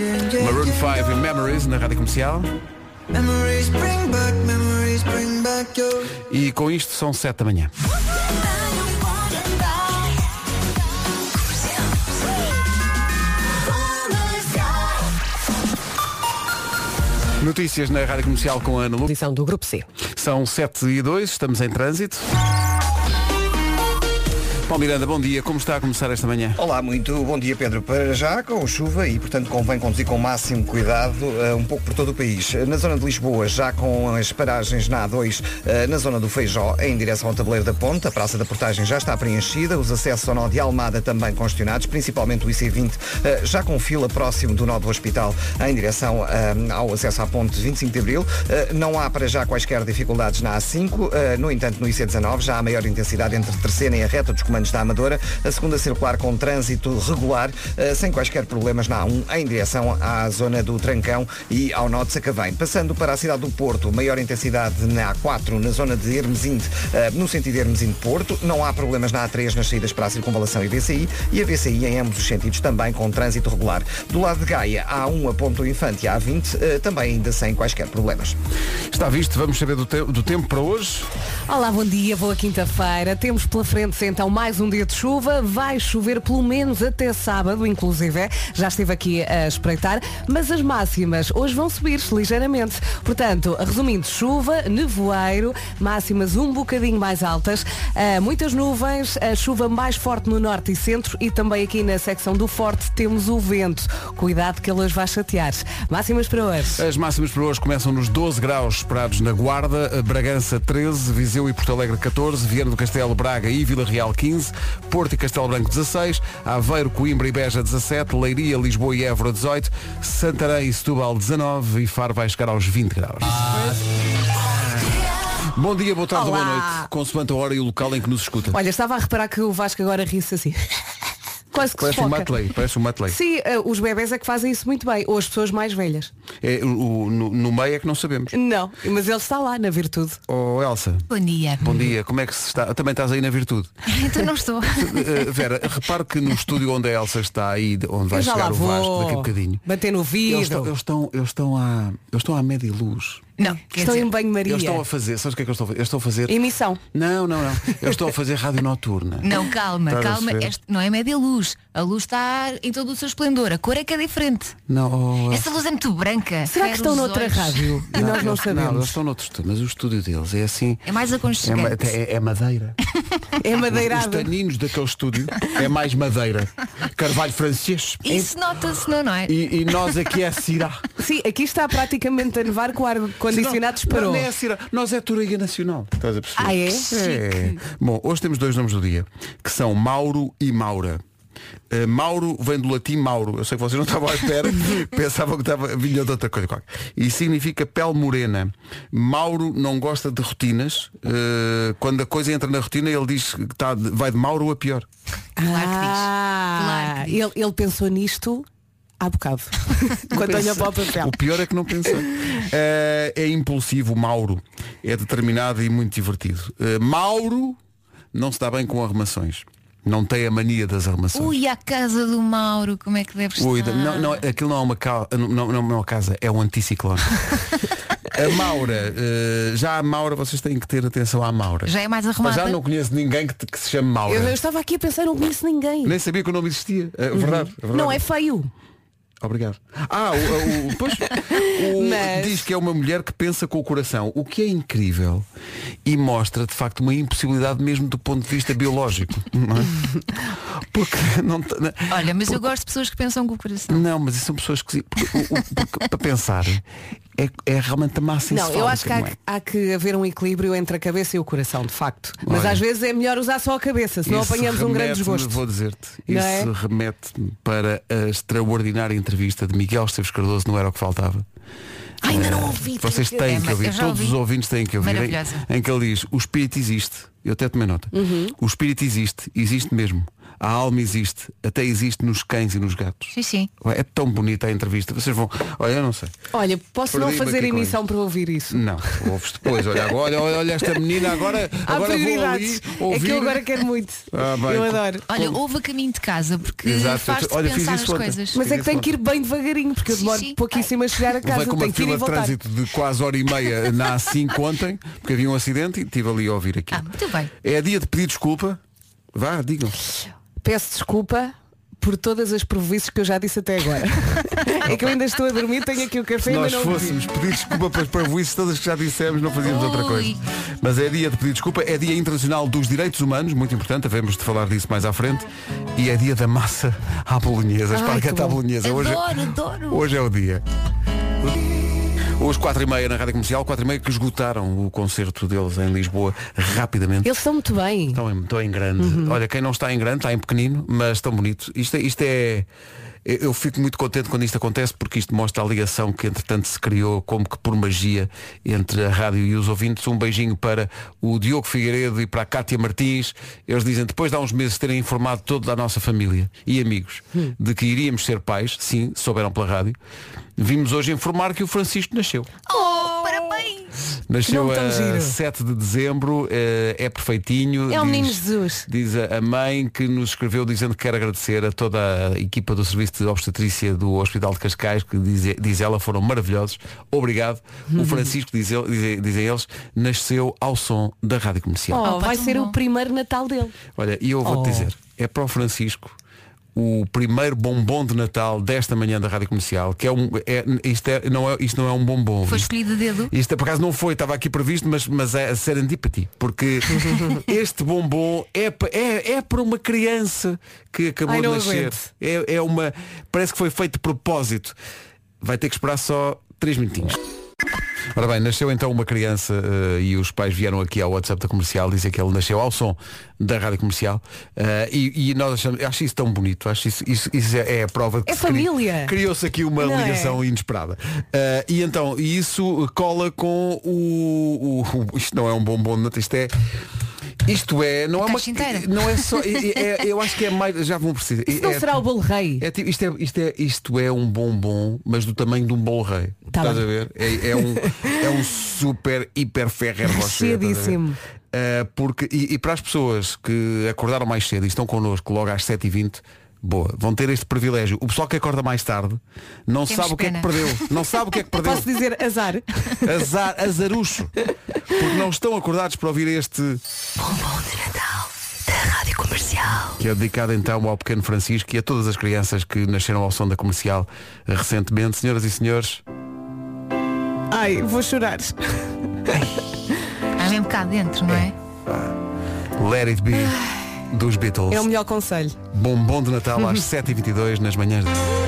Maroon 5 e Memories na Rádio Comercial. E com isto são 7 da manhã. Notícias na Rádio Comercial com a Ana Lu. Edição do Grupo C. São 7h02, estamos em trânsito. Paulo Miranda, bom dia. Como está a começar esta manhã? Olá, muito bom dia, Pedro. Para já, com chuva e, portanto, convém conduzir com o máximo cuidado um pouco por todo o país. Na zona de Lisboa, já com as paragens na A2, na zona do Feijó, em direção ao Tabuleiro da Ponte, a Praça da Portagem já está preenchida, os acessos ao nó de Almada também congestionados, principalmente o IC20, já com fila próximo do nó do Hospital, em direção ao acesso à Ponte 25 de Abril. Não há para já quaisquer dificuldades na A5, no entanto, no IC19 já há maior intensidade entre Terceira e a reta dos comandos da Amadora, a segunda circular com trânsito regular, sem quaisquer problemas na A1, em direção à zona do Trancão e ao nó de Sacavém. Passando para a cidade do Porto, maior intensidade na A4, na zona de Hermesinde, no sentido de Hermesinde-Porto. Não há problemas na A3 nas saídas para a Circunvalação e VCI, e a VCI em ambos os sentidos também com trânsito regular. Do lado de Gaia, a A1 a Ponto Infante e a A20, também ainda sem quaisquer problemas. Está visto, vamos saber do tempo para hoje. Olá, bom dia, boa quinta-feira. Temos pela frente então mais um dia de chuva. Vai chover pelo menos até sábado, inclusive. Já estive aqui a espreitar, mas as máximas hoje vão subir ligeiramente. Portanto, resumindo, chuva, nevoeiro, máximas um bocadinho mais altas, muitas nuvens, a chuva mais forte no norte e centro, e também aqui na secção do Forte temos o vento. Cuidado que ele hoje vai chatear. Máximas para hoje. As máximas para hoje começam nos 12 graus esperados na Guarda, Bragança 13, Viseu e Porto Alegre 14, Viana do Castelo, Braga e Vila Real 15, Porto e Castelo Branco 16, Aveiro, Coimbra e Beja 17, Leiria, Lisboa e Évora 18, Santarém e Setúbal 19 e Faro vai chegar aos 20 graus. Bom dia, boa tarde, Olá. boa noite, consoante a hora e o local em que nos escuta. Olha, estava a reparar que o Vasco agora ri-se assim. Quase que Parece se um foca. Matley, parece um Matley. Sim, os bebés é que fazem isso muito bem, ou as pessoas mais velhas. No meio é que não sabemos. Não, mas ele está lá na virtude. Oh, Elsa. Bom dia. Bom dia, como é que se está? Também estás aí na virtude. Então não estou. Vera, repare que no estúdio onde a Elsa está aí, onde vai Eu já chegar lá o Vasco vou. daqui a bocadinho. Bater no vidro. Eles estão à média luz. Não, Estão em banho-maria. Eles estão a fazer, sabes o que é que eu estou a fazer? Eu estou a fazer. Emissão. Não. Eles estão a fazer rádio noturna. Não, calma, Estás a calma. perceber? Este não é média luz. A luz está em todo o seu esplendor. A cor é que é diferente. Não, oh, Essa luz é muito branca. Será que Ferra estão os noutra olhos. rádio? E nós não Não, sabemos. eles estão noutro estúdio, mas o estúdio deles é assim. É mais aconchegante. É madeira. É Os madeirado. taninos daquele estúdio é mais madeira. Carvalho francês. Isso nota-se, não é? E nós aqui é Cirá. Sim, aqui está praticamente a nevar que o ar-condicionado disparou. Não é Cirá. Nós é Turiga Nacional. Estás a perceber? Ah, é? É. Bom, hoje temos dois nomes do dia, que são Mauro e Maura. Mauro vem do latim Mauro. Eu sei que vocês não estavam à espera. Pensavam que vinha de outra coisa qualquer. E significa pele morena. Mauro não gosta de rotinas. Quando a coisa entra na rotina, ele diz que vai de Mauro a pior. Claro que diz. Claro que diz. Ele pensou nisto há bocado. Quando olha para o papel. O pior é que não pensou. É impulsivo, Mauro. É determinado e muito divertido. Mauro não se dá bem com arrumações. Não tem a mania das arrumações. Ui, a casa do Mauro, como é que deve estar? Ui, não, aquilo não é uma casa, é um anticiclone. A Maura, já a Maura, vocês têm que ter atenção à Maura. Já é mais Mas arrumada. já não conheço ninguém que se chame Maura. Eu estava aqui a pensar, não conheço ninguém. Nem sabia que o nome existia. É verdade. Não é feio. Obrigado. Pois, Mas- diz que é uma mulher que pensa com o coração, o que é incrível e mostra de facto uma impossibilidade mesmo do ponto de vista biológico, não é? Porque não Olha, mas eu gosto de pessoas que pensam com o coração. não, mas são pessoas que porque para pensar é realmente a massa Não, eu encefálica, acho que não é? há que haver um equilíbrio entre a cabeça e o coração, de facto. Mas Olha, às vezes é melhor usar só a cabeça, senão Isso apanhamos um grande remete-me, desgosto. Vou dizer-te, Não isso é? remete-me para a extraordinária entrevista de Miguel Esteves Cardoso, não era o que faltava. Ainda não ouvi. Vocês tenho que- têm que mas ouvir, eu já todos ouvi. os ouvintes têm que ouvir, Maravilhosa. em que ele diz, o espírito existe, eu até tomei nota, Uhum. o espírito existe mesmo. A alma existe, até existe nos cães e nos gatos. Sim. É tão bonita a entrevista. Vocês vão. Olha, eu não sei. Olha, posso não Perdi-me fazer aqui com emissão para ouvir isso? Não, ouves depois. Olha, olha esta menina, agora Há vou ali prioridades. ouvir. É que eu agora quero muito. Bem, Eu adoro. Olha, ouve a caminho de casa, porque Exato. faz-te Olha, fiz pensar isso as ontem. coisas. Mas é que tem que ir bem devagarinho, porque eu demoro Sim. pouquíssimo a chegar a casa. Levei com uma Tenho que ir e fila de voltar. trânsito de quase hora e meia na A5 ontem, porque havia um acidente e estive ali a ouvir aquilo. Muito bem. É dia de pedir desculpa. Vá, digam. Peço desculpa por todas as prejuízos que eu já disse até agora. É que eu ainda estou a dormir, tenho aqui o café Se e ainda nós não bebi. fôssemos pedir desculpa pelas parvoíces todas que já dissemos, não fazíamos outra coisa. Ui. Mas é dia de pedir desculpa, é dia internacional dos direitos humanos, muito importante, havemos de falar disso mais à frente, e é dia da massa à bolonhesa, esparguete à bolonhesa. Adoro. Hoje é o dia. Os 4h30 na Rádio Comercial, 4h30 que esgotaram o concerto deles em Lisboa rapidamente. Eles estão muito bem. Estão em grande. Olha, quem não está em grande, está em pequenino, mas tão bonito. Isto é. Eu fico muito contente quando isto acontece, porque isto mostra a ligação que entretanto se criou como que por magia entre a rádio e os ouvintes. Um beijinho para o Diogo Figueiredo e para a Cátia Martins. Eles dizem, depois de há uns meses terem informado toda a nossa família e amigos de que iríamos ser pais, sim, souberam pela rádio, vimos hoje informar que o Francisco nasceu. Parabéns! Nasceu Não tão a giro. 7 de dezembro, é perfeitinho. É o diz- menino Jesus. Diz a mãe que nos escreveu dizendo que quer agradecer a toda a equipa do Serviço de Obstetrícia do Hospital de Cascais, que diz ela, foram maravilhosos. Obrigado. O Francisco, dizem eles, nasceu ao som da Rádio Comercial. Oh, vai tão ser bom. o primeiro Natal dele. Olha, e eu vou-te dizer, é para o Francisco o primeiro bombom de Natal desta manhã da Rádio Comercial, que isto não é um bombom. Foi Isto- escolhido a dedo. Isto por acaso não foi, estava aqui previsto, mas é serendipity, porque este bombom é para uma criança que acabou Ai, de não nascer. aguento. Parece que foi feito de propósito. Vai ter que esperar só 3 minutinhos. Ora bem, nasceu então uma criança e os pais vieram aqui ao WhatsApp da Comercial dizer que ele nasceu ao som da Rádio Comercial e nós acho isso tão bonito, acho isso é a prova de que É família. criou-se aqui uma Não é? ligação inesperada. E então, isso cola com isto não é um bombom de Natal, isto é, não é uma, caixa inteira. não é só, eu acho que é mais, já vão precisar. Isso não será o bolo rei? Isto é um bombom, mas do tamanho de um bolo rei. Tá Estás bem. a ver? É um super, hiper Ferrer Rocher. Cheiríssimo. Porque, e para as pessoas que acordaram mais cedo e estão connosco logo às 7h20, boa, vão ter este privilégio. O pessoal que acorda mais tarde não Temos sabe o que é que pena. perdeu. Não sabe o que é que perdeu. Posso dizer azar? Azarucho. Porque não estão acordados para ouvir este. Bombom de Natal da Rádio Comercial. Que é dedicado então ao pequeno Francisco e a todas as crianças que nasceram ao som da Comercial recentemente. Senhoras e senhores, Ai, vou chorar. Há mesmo cá dentro, não é? Let It Be dos Beatles. É o melhor conselho. Bombom de Natal às 7h22 nas manhãs.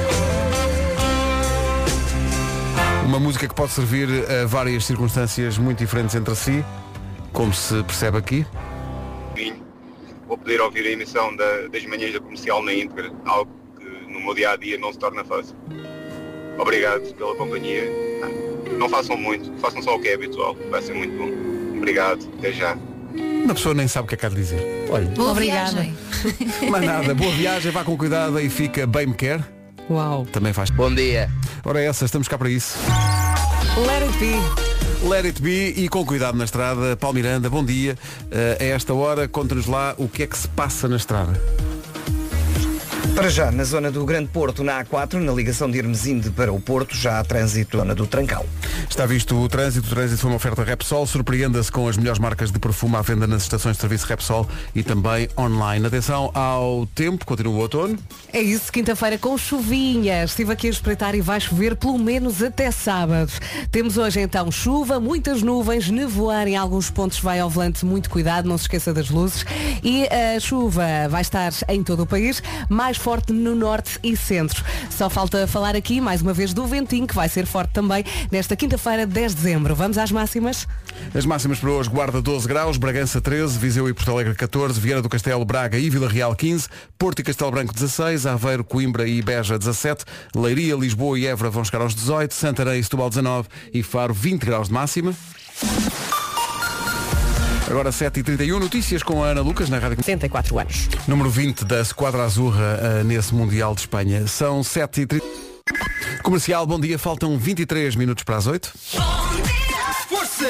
Uma música que pode servir a várias circunstâncias muito diferentes entre si, como se percebe aqui. Vou poder ouvir a emissão das manhãs da Comercial na íntegra, algo que no meu dia-a-dia não se torna fácil. Obrigado pela companhia. Não façam muito, façam só o que é habitual, vai ser muito bom. Obrigado, até já. Uma pessoa nem sabe o que é que há de dizer. Olha, Boa Obrigada. viagem. mas nada, boa viagem, vá com cuidado e fica bem me quer. Uau. Também faz. Bom dia. Ora essa, estamos cá para isso. Let it be. Let it be e com cuidado na estrada. Paulo Miranda, bom dia. A esta hora, conta-nos lá o que é que se passa na estrada. Para já, na zona do Grande Porto, na A4, na ligação de Hermesinde para o Porto, já há trânsito na zona do Trancão. Está visto o trânsito foi uma oferta Repsol. Surpreenda-se com as melhores marcas de perfume à venda nas estações de serviço Repsol e também online. Atenção ao tempo, continua o outono. É isso, quinta-feira com chuvinhas. Estive aqui a espreitar e vai chover pelo menos até sábado. Temos hoje então chuva, muitas nuvens, nevoar em alguns pontos, vai ao volante, muito cuidado, não se esqueça das luzes. E a chuva vai estar em todo o país, mais forte no norte e centro. Só falta falar aqui, mais uma vez, do ventinho, que vai ser forte também nesta quinta-feira, 10 de dezembro. Vamos às máximas? As máximas para hoje: Guarda 12 graus, Bragança 13, Viseu e Porto Alegre 14, Viana do Castelo, Braga e Vila Real 15, Porto e Castelo Branco 16, Aveiro, Coimbra e Beja 17, Leiria, Lisboa e Évora vão chegar aos 18, Santarém e Setúbal 19 e Faro 20 graus de máxima. Agora 7h31, notícias com a Ana Lucas na Rádio 64 anos. Número 20 da Squadra Azurra nesse Mundial de Espanha. São 7h30. Comercial, bom dia. Faltam 23 minutos para as 8. Força!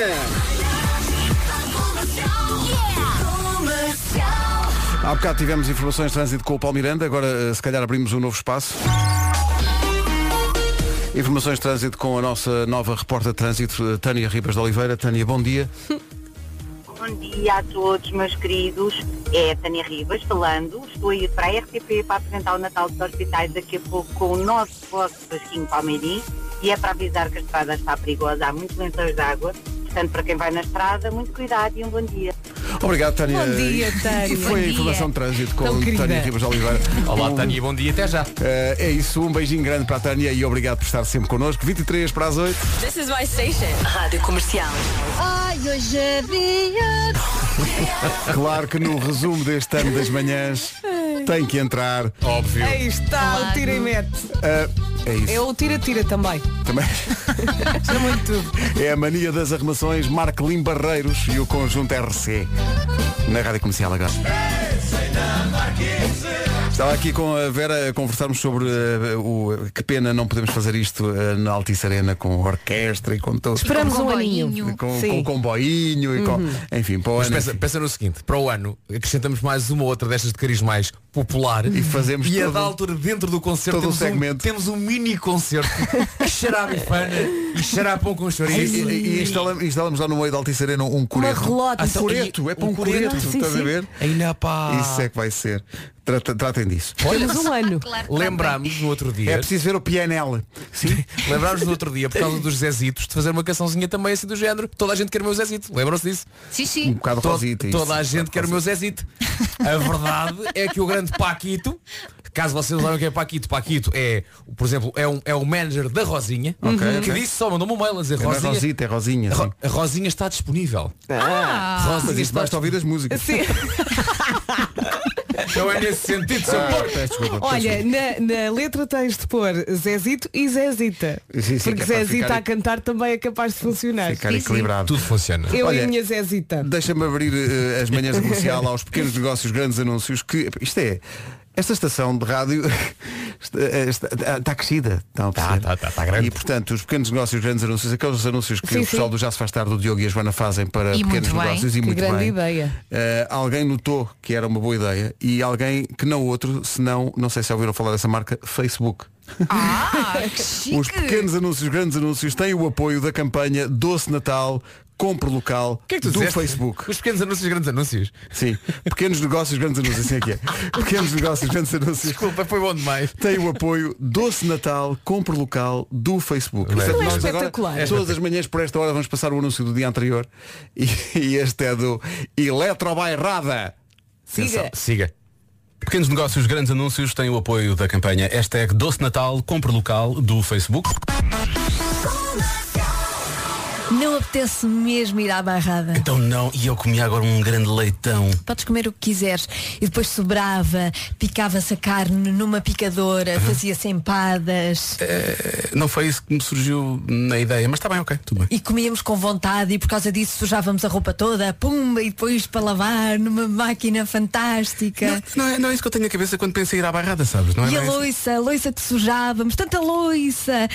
Há bocado tivemos informações de trânsito com o Paulo Miranda. Agora, se calhar, abrimos um novo espaço. Informações de trânsito com a nossa nova repórter de trânsito, Tânia Ribas de Oliveira. Tânia, bom dia. Bom dia a todos, meus queridos. É a Tânia Ribas falando. Estou a ir para a RTP para apresentar o Natal dos Hospitais daqui a pouco com o nosso vosso Vasquinho Palmeirim. E é para avisar que a estrada está perigosa, há muitos lençóis de água. Portanto, para quem vai na estrada, muito cuidado e um bom dia. Obrigado, Tânia. Bom dia, Tânia. E foi a informação de trânsito com Tânia Ribas de Oliveira. Olá, Tânia, bom dia, até já. É isso, um beijinho grande para a Tânia e obrigado por estar sempre connosco. 23 para as 8. This is my station. Rádio Comercial. Ai, hoje é dia. Claro que no resumo deste ano das manhãs tem que entrar. Óbvio. Aí está o tira e mete. É isso. É o tira-tira também. Também. É muito tudo. É a mania das arrumações Marcolin Barreiros e o conjunto RC. Na Rádio Comercial agora. Estava aqui com a Vera a conversarmos sobre que pena não podemos fazer isto na Altice Arena com orquestra e com todo. Esperamos Com um comboinho. aninho. Com Sim. comboinho e com. Enfim, para o Mas ano. pensa no seguinte, para o ano acrescentamos mais uma ou outra destas de cariz mais popular E fazemos e a todo- da altura dentro do concerto todo o segmento. temos um mini concerto xarabifana e xarapão com chouriço. E instalamos lá no meio da Altice Arena um coreto. relota. Um coreto, é para um coreto, Sim, estás a sim. ver? Ainda pá. Isso é que vai ser. Tratem disso. Temos um ano. Claro que Lembrámos no outro dia. É preciso ver o PNL. Sim. Lembrámos no outro dia, por causa dos Zezitos, de fazer uma cançãozinha também assim do género. Toda a gente quer o meu Zezito. Lembram-se disso? Sim, Um sim. bocado rosita. isso. Toda a gente quer o meu Zezito. A verdade é que o grande Paquito, caso vocês não saibam o que é Paquito, Paquito é, por exemplo, é o manager da Rosinha, que ok. disse só, mandou-me um mail a dizer É na Rosinha, Rosita, é Rosinha. Sim. a Rosinha está disponível. Mas Rosinha isto está basta ouvir as músicas. Sim. Então é nesse sentido, seu porco. Peço desculpa. Olha, na letra tens de pôr Zezito e Zezita. Sim, sim, Porque que é para Zezita ficar- a cantar também é capaz de funcionar. Ficar Sim, sim. equilibrado. Tudo funciona. Eu Olha, e a minha Zezita. Deixa-me abrir as manhãs comercial aos pequenos negócios, grandes anúncios, que isto é. Esta estação de rádio está crescida. Está grande. E portanto, os pequenos negócios, grandes anúncios, aqueles anúncios que Sim, o pessoal sim. do Já se faz tarde, o Diogo e a Joana fazem para E pequenos muito bem. negócios e Que muito grande bem. ideia. Alguém notou que era uma boa ideia e alguém que não outro, senão, não sei se ouviram falar dessa marca, Facebook. Ah, que chique. Os pequenos anúncios, grandes anúncios têm o apoio da campanha Doce Natal, compre local O que é que tu do disseste? Facebook. Os pequenos anúncios, grandes anúncios. Sim, pequenos negócios, grandes anúncios, assim é que é. Pequenos negócios, grandes anúncios. Desculpa, foi bom demais. Tem o apoio Doce Natal, compre local do Facebook. Não é? Portanto, É nós espetacular. agora, todas as manhãs por esta hora vamos passar o anúncio do dia anterior e este é do Eletrobairrada. Siga. Siga. Pequenos negócios, grandes anúncios têm o apoio da campanha hashtag Doce Natal, compre local do Facebook. Não apetece mesmo ir à barrada. Então não, e eu comi agora um grande leitão. Podes comer o que quiseres. E depois sobrava, picava-se a carne numa picadora, fazia-se empadas. Não foi isso que me surgiu na ideia, mas está bem, ok, tudo bem. E comíamos com vontade e por causa disso sujávamos a roupa toda, pumba, e depois para lavar numa máquina fantástica. Não é isso que eu tenho na cabeça quando penso em ir à barrada, sabes? Não é E a bem isso. loiça que sujávamos, tanta loiça.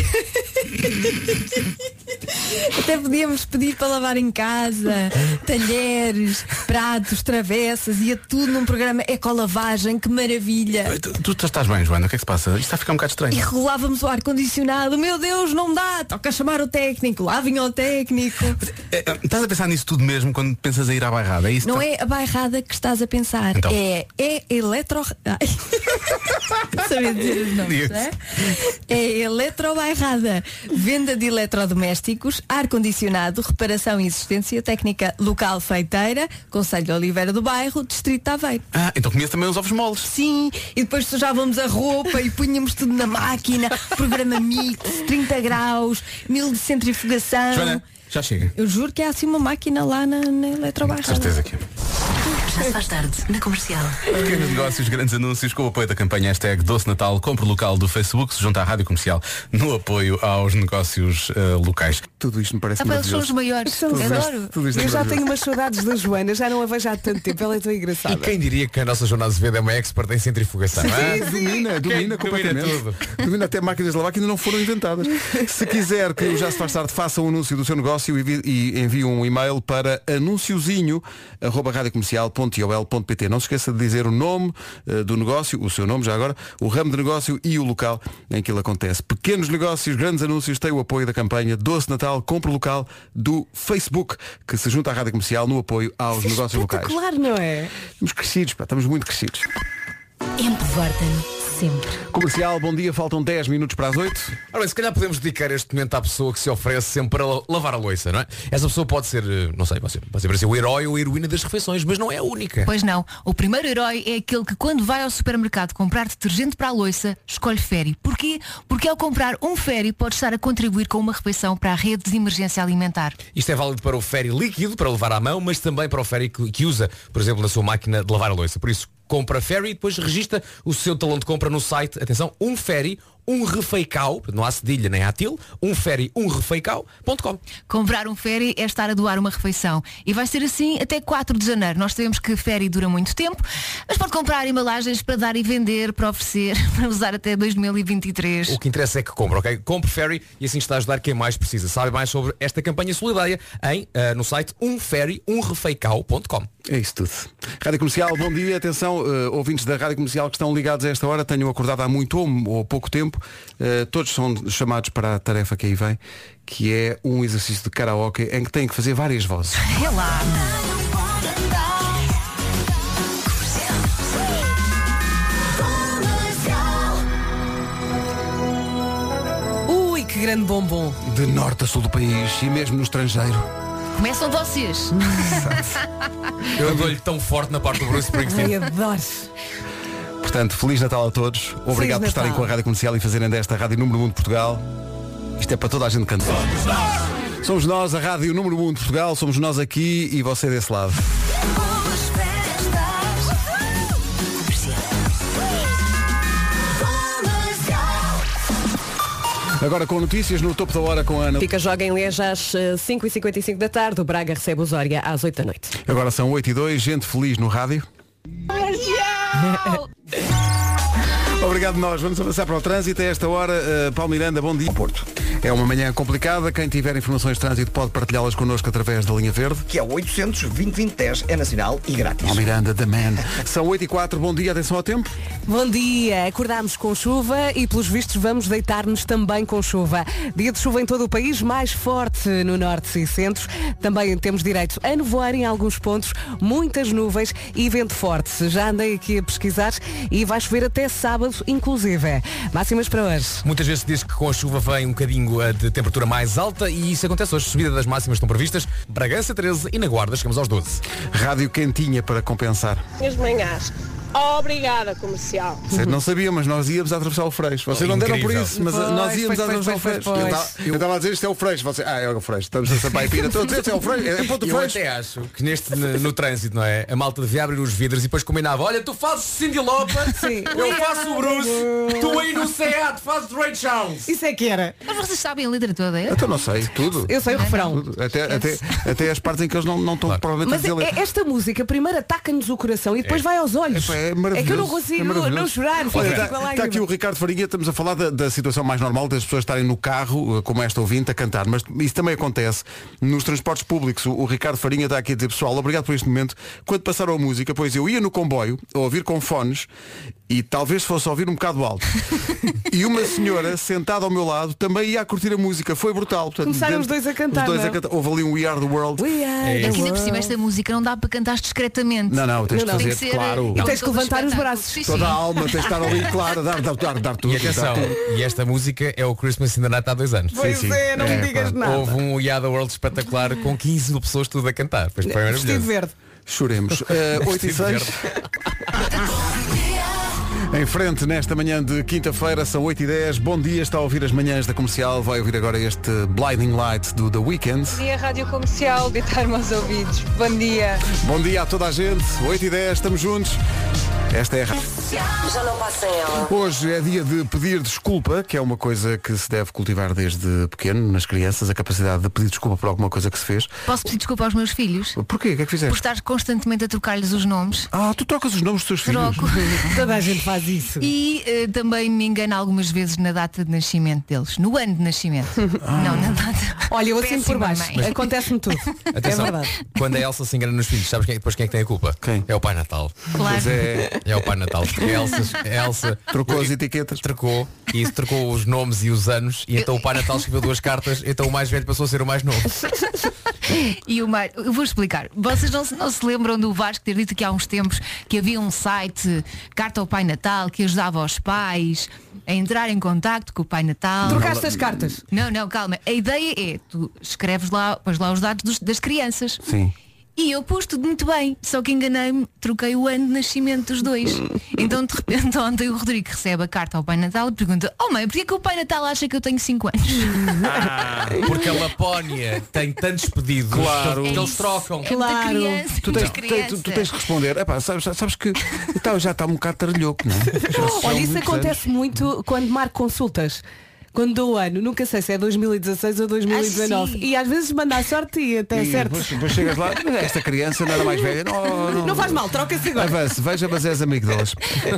Até podíamos pedir para lavar em casa, talheres, pratos, travessas, ia tudo num programa ecolavagem, que maravilha. Tu estás bem, Joana, o que é que se passa? Isto está a ficar um bocado E estranho. regulávamos o ar-condicionado, meu Deus, não dá, toca chamar o técnico, lá vinha o técnico. Estás a pensar nisso tudo mesmo quando pensas em ir à barrada? É isso? Não é a bairrada que estás a pensar, Então. é eletro... Ai. Sabia dizer os nomes, Diga-se. não é? É eletrobairrada, venda de eletrodomésticos, ar-condicionado, reparação e existência, técnica local feiteira, Conselho de Oliveira do Bairro, Distrito de Aveiro. Ah, então comias também os ovos moles. Sim, e depois sujávamos a roupa e punhamos tudo na máquina, programa mix, 30 graus, 1000 de centrifugação. Joana, já chega. Eu juro que há assim uma máquina lá na eletrobairrada. Certeza que é. Já se faz tarde, na Comercial. Pequenos negócios, grandes anúncios com o apoio da campanha hashtag Doce Natal. Compre local do Facebook, se junta à Rádio Comercial no apoio aos negócios locais. Tudo isto me parece Eles maravilhoso. são os maiores. Adoro. Tudo isto é Eu já maravilhoso. tenho umas saudades da Joana, já não a vejo há tanto tempo, ela é tão engraçada. E quem diria que a nossa Joana Azevedo é uma expert em centrifugação? Domina completamente. tudo. Domina até máquinas de lavar que ainda não foram inventadas. Se quiser que o Já se faz tarde faça um anúncio do seu negócio e envie um e-mail para anunciozinho@radiocomercial.ol.pt. Não se esqueça de dizer o nome do negócio, o seu nome já agora, o ramo de negócio e o local em que ele acontece. Pequenos negócios, grandes anúncios, têm o apoio da campanha Doce Natal, compre local do Facebook, que se junta à Rádio Comercial no apoio aos negócios locais. Claro, não é? Estamos crescidos, pá, estamos muito crescidos. Important sempre. Comercial, bom dia, faltam 10 minutos para as 8. Ora bem, se calhar podemos dedicar este momento à pessoa que se oferece sempre para lavar a louça, não é? Essa pessoa pode ser, não sei, pode ser o herói ou a heroína das refeições, mas não é a única. Pois não. O primeiro herói é aquele que quando vai ao supermercado comprar detergente para a louça, escolhe Fairy. Porquê? Porque ao comprar um Fairy pode estar a contribuir com uma refeição para a rede de emergência alimentar. Isto é válido para o Fairy líquido, para levar à mão, mas também para o Fairy que usa, por exemplo, na sua máquina de lavar a louça. Por isso, compra Fairy e depois registra o seu talão de compra no site. Atenção, um Fairy, um refeicau, não há cedilha nem há til, um Fairy, um refeicau.com. Comprar um Fairy é estar a doar uma refeição. E vai ser assim até 4 de janeiro. Nós sabemos que Fairy dura muito tempo, mas pode comprar embalagens para dar e vender, para oferecer, para usar até 2023. O que interessa é que compra, ok? Compre Fairy e assim está a ajudar quem mais precisa. Sabe mais sobre esta campanha solidária no site umfairy-umrefeicau.com. É isso tudo. Rádio Comercial, bom dia. Atenção, ouvintes da Rádio Comercial que estão ligados a esta hora, tenham acordado há muito ou pouco tempo. Todos são chamados para a tarefa que aí vem, que é um exercício de karaoke em que têm que fazer várias vozes. É lá. Ui, que grande bombom. De norte a sul do país e mesmo no estrangeiro. Começam vocês. Eu dou-lhe tão forte na parte do Bruce Springsteen. Ai, adoro. Portanto, Feliz Natal a todos. Obrigado por estarem com a Rádio Comercial e fazerem desta Rádio Número 1 de Portugal. Isto é para toda a gente cantar. Somos nós, a Rádio Número 1 de Portugal. Somos nós aqui e você desse lado. Agora com notícias no topo da hora com a Ana. Fica joga em Liège às 5h55 da tarde. O Braga recebe o Zória às 8 da noite. Agora são 8h02, gente feliz no rádio. Obrigado nós, vamos avançar para o trânsito a esta hora. Paulo Miranda, bom dia. Porto. É uma manhã complicada, quem tiver informações de trânsito pode partilhá-las connosco através da linha verde. Que é o 800-2020-10, é nacional e grátis. Paulo Miranda, the man. São 8h04, bom dia, atenção ao tempo. Bom dia, acordámos com chuva e pelos vistos vamos deitar-nos também com chuva. Dia de chuva em todo o país, mais forte no norte e centro. Também temos direito a nevoar em alguns pontos, muitas nuvens e vento forte. Já andei aqui a pesquisar e vai chover até sábado, inclusive. Máximas para hoje. Muitas vezes se diz que com a chuva vem um bocadinho de temperatura mais alta e isso acontece hoje. Subida das máximas estão previstas. Bragança 13 e na Guarda chegamos aos 12. Rádio quentinha para compensar. As manhãs. Obrigada, Comercial. Vocês não sabiam, mas nós íamos atravessar o Freixo. Vocês não deram por isso, mas nós íamos atravessar o Freixo. Eu estava a dizer isto é o Freixo. Você, é o Freixo. Estamos a sapar e pira. Estou a dizer isto é o Freixo. É ponto Eu Freixo. até acho que no trânsito, não é? A malta devia abrir os vidros e depois combinava. Olha, tu fazes Cyndi Lauper, eu faço o Bruce, tu aí no SEAT fazes Ray Charles. Isso é que era. Mas vocês sabem a letra toda, é? Então não sei, tudo. Eu sei o refrão. Tudo. Até as partes em que eles não estão provavelmente a Mas dizer. esta música primeiro ataca-nos o coração e depois vai aos olhos. É maravilhoso. É que eu não consigo não chorar. Olha, está aqui o Ricardo Farinha, estamos a falar da situação mais normal das pessoas estarem no carro, como esta ouvinte, a cantar, mas isso também acontece nos transportes públicos. O Ricardo Farinha está aqui a dizer, pessoal, obrigado por este momento. Quando passaram a música, pois eu ia no comboio a ouvir com fones e talvez fosse a ouvir um bocado alto. E uma senhora sentada ao meu lado também ia a curtir a música, foi brutal. Portanto, começaram os dois a cantar. Os dois a cantar. Houve ali um We Are the World. É que ainda por cima esta música não dá para cantar discretamente. Não, tens de Tem fazer, que ser, claro. E tens que levantar os braços. Sim, Toda sim. a alma, tens de estar ali, claro, dar tudo. E atenção, e esta música é o Christmas in the Night há 2 anos. Pois é, não me digas nada. Houve um We Are the World espetacular com 15 mil pessoas tudo a cantar. Foi Vestido maravilhoso. verde. Choremos. 8 e 6. Em frente, nesta manhã de quinta-feira, são 8h10. Bom dia, está a ouvir as manhãs da Comercial. Vai ouvir agora este Blinding Light do The Weeknd. Bom dia, Rádio Comercial, deitar-me aos ouvidos. Bom dia. Bom dia a toda a gente. 8h10, estamos juntos. Esta é a Já não passem ela. Hoje é dia de pedir desculpa, que é uma coisa que se deve cultivar desde pequeno, nas crianças, a capacidade de pedir desculpa por alguma coisa que se fez. Posso pedir desculpa aos meus filhos? Porquê? O que é que fizeste? Por estar constantemente a trocar-lhes os nomes. Ah, tu trocas os nomes dos teus filhos? Troco. Toda a gente faz isso. E também me engano algumas vezes na data de nascimento deles. No ano de nascimento. Não, na data. Olha, eu assim por Péssima baixo. mãe. Acontece-me tudo. Atenção, É verdade. quando a Elsa se engana nos filhos, sabes depois quem é que tem a culpa? Quem? É o Pai Natal. Claro. Pois é. É o Pai Natal. A Elsa Trocou as etiquetas. trocou os nomes e os anos e então o Pai Natal escreveu 2 cartas, então o mais velho passou a ser o mais novo. E o mais, eu vou explicar. Vocês não se lembram do Vasco ter dito aqui há uns tempos que havia um site, Carta ao Pai Natal, que ajudava os pais a entrar em contacto com o Pai Natal? Trocaste as cartas? Não, calma. A ideia é, tu escreves lá, pões lá os dados das crianças. Sim. E eu pus tudo muito bem, só que enganei-me, troquei o ano de nascimento dos dois. Então de repente ontem o Rodrigo recebe a carta ao Pai Natal e pergunta: oh mãe, porquê que o Pai Natal acha que eu tenho 5 anos? Porque a Lapónia tem tantos pedidos Claro. que eles trocam. Claro. Tu tens que responder. Epá, sabes que já está um bocado taralhoco, não é? Olha, isso acontece muito quando marco consultas. Quando dou o ano, nunca sei se é 2016 ou 2019. E às vezes manda a sorte e até é certo. Depois chegas lá, esta criança não era mais velha. Não faz mal, troca-se agora. Avance, veja, mas é as amígdalas.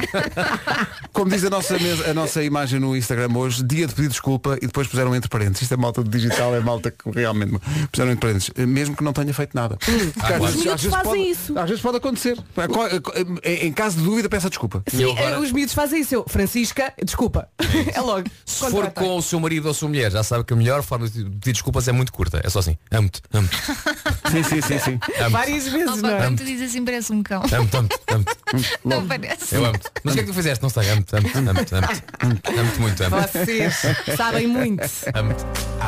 Como diz a nossa imagem no Instagram hoje, dia de pedir desculpa e depois puseram entre parênteses. Isto é malta do digital, é malta que realmente puseram entre parênteses, mesmo que não tenha feito nada. Porque Os miúdos fazem isso. Às vezes pode acontecer. Em caso de dúvida, peça desculpa. Sim, os miúdos fazem isso. Francisca, desculpa. É logo. Se for com o seu marido ou a sua mulher, já sabe que a melhor forma de pedir desculpas é muito curta. É só assim, amo-te. Sim. Várias vezes, não é? Quando tu dizes assim parece um cão. Amo-te. Não parece. Eu amo-te. Mas o que é que tu fizeste? Não sei, amo-te muito, amo-te. Vocês sabem muito. Amo-te.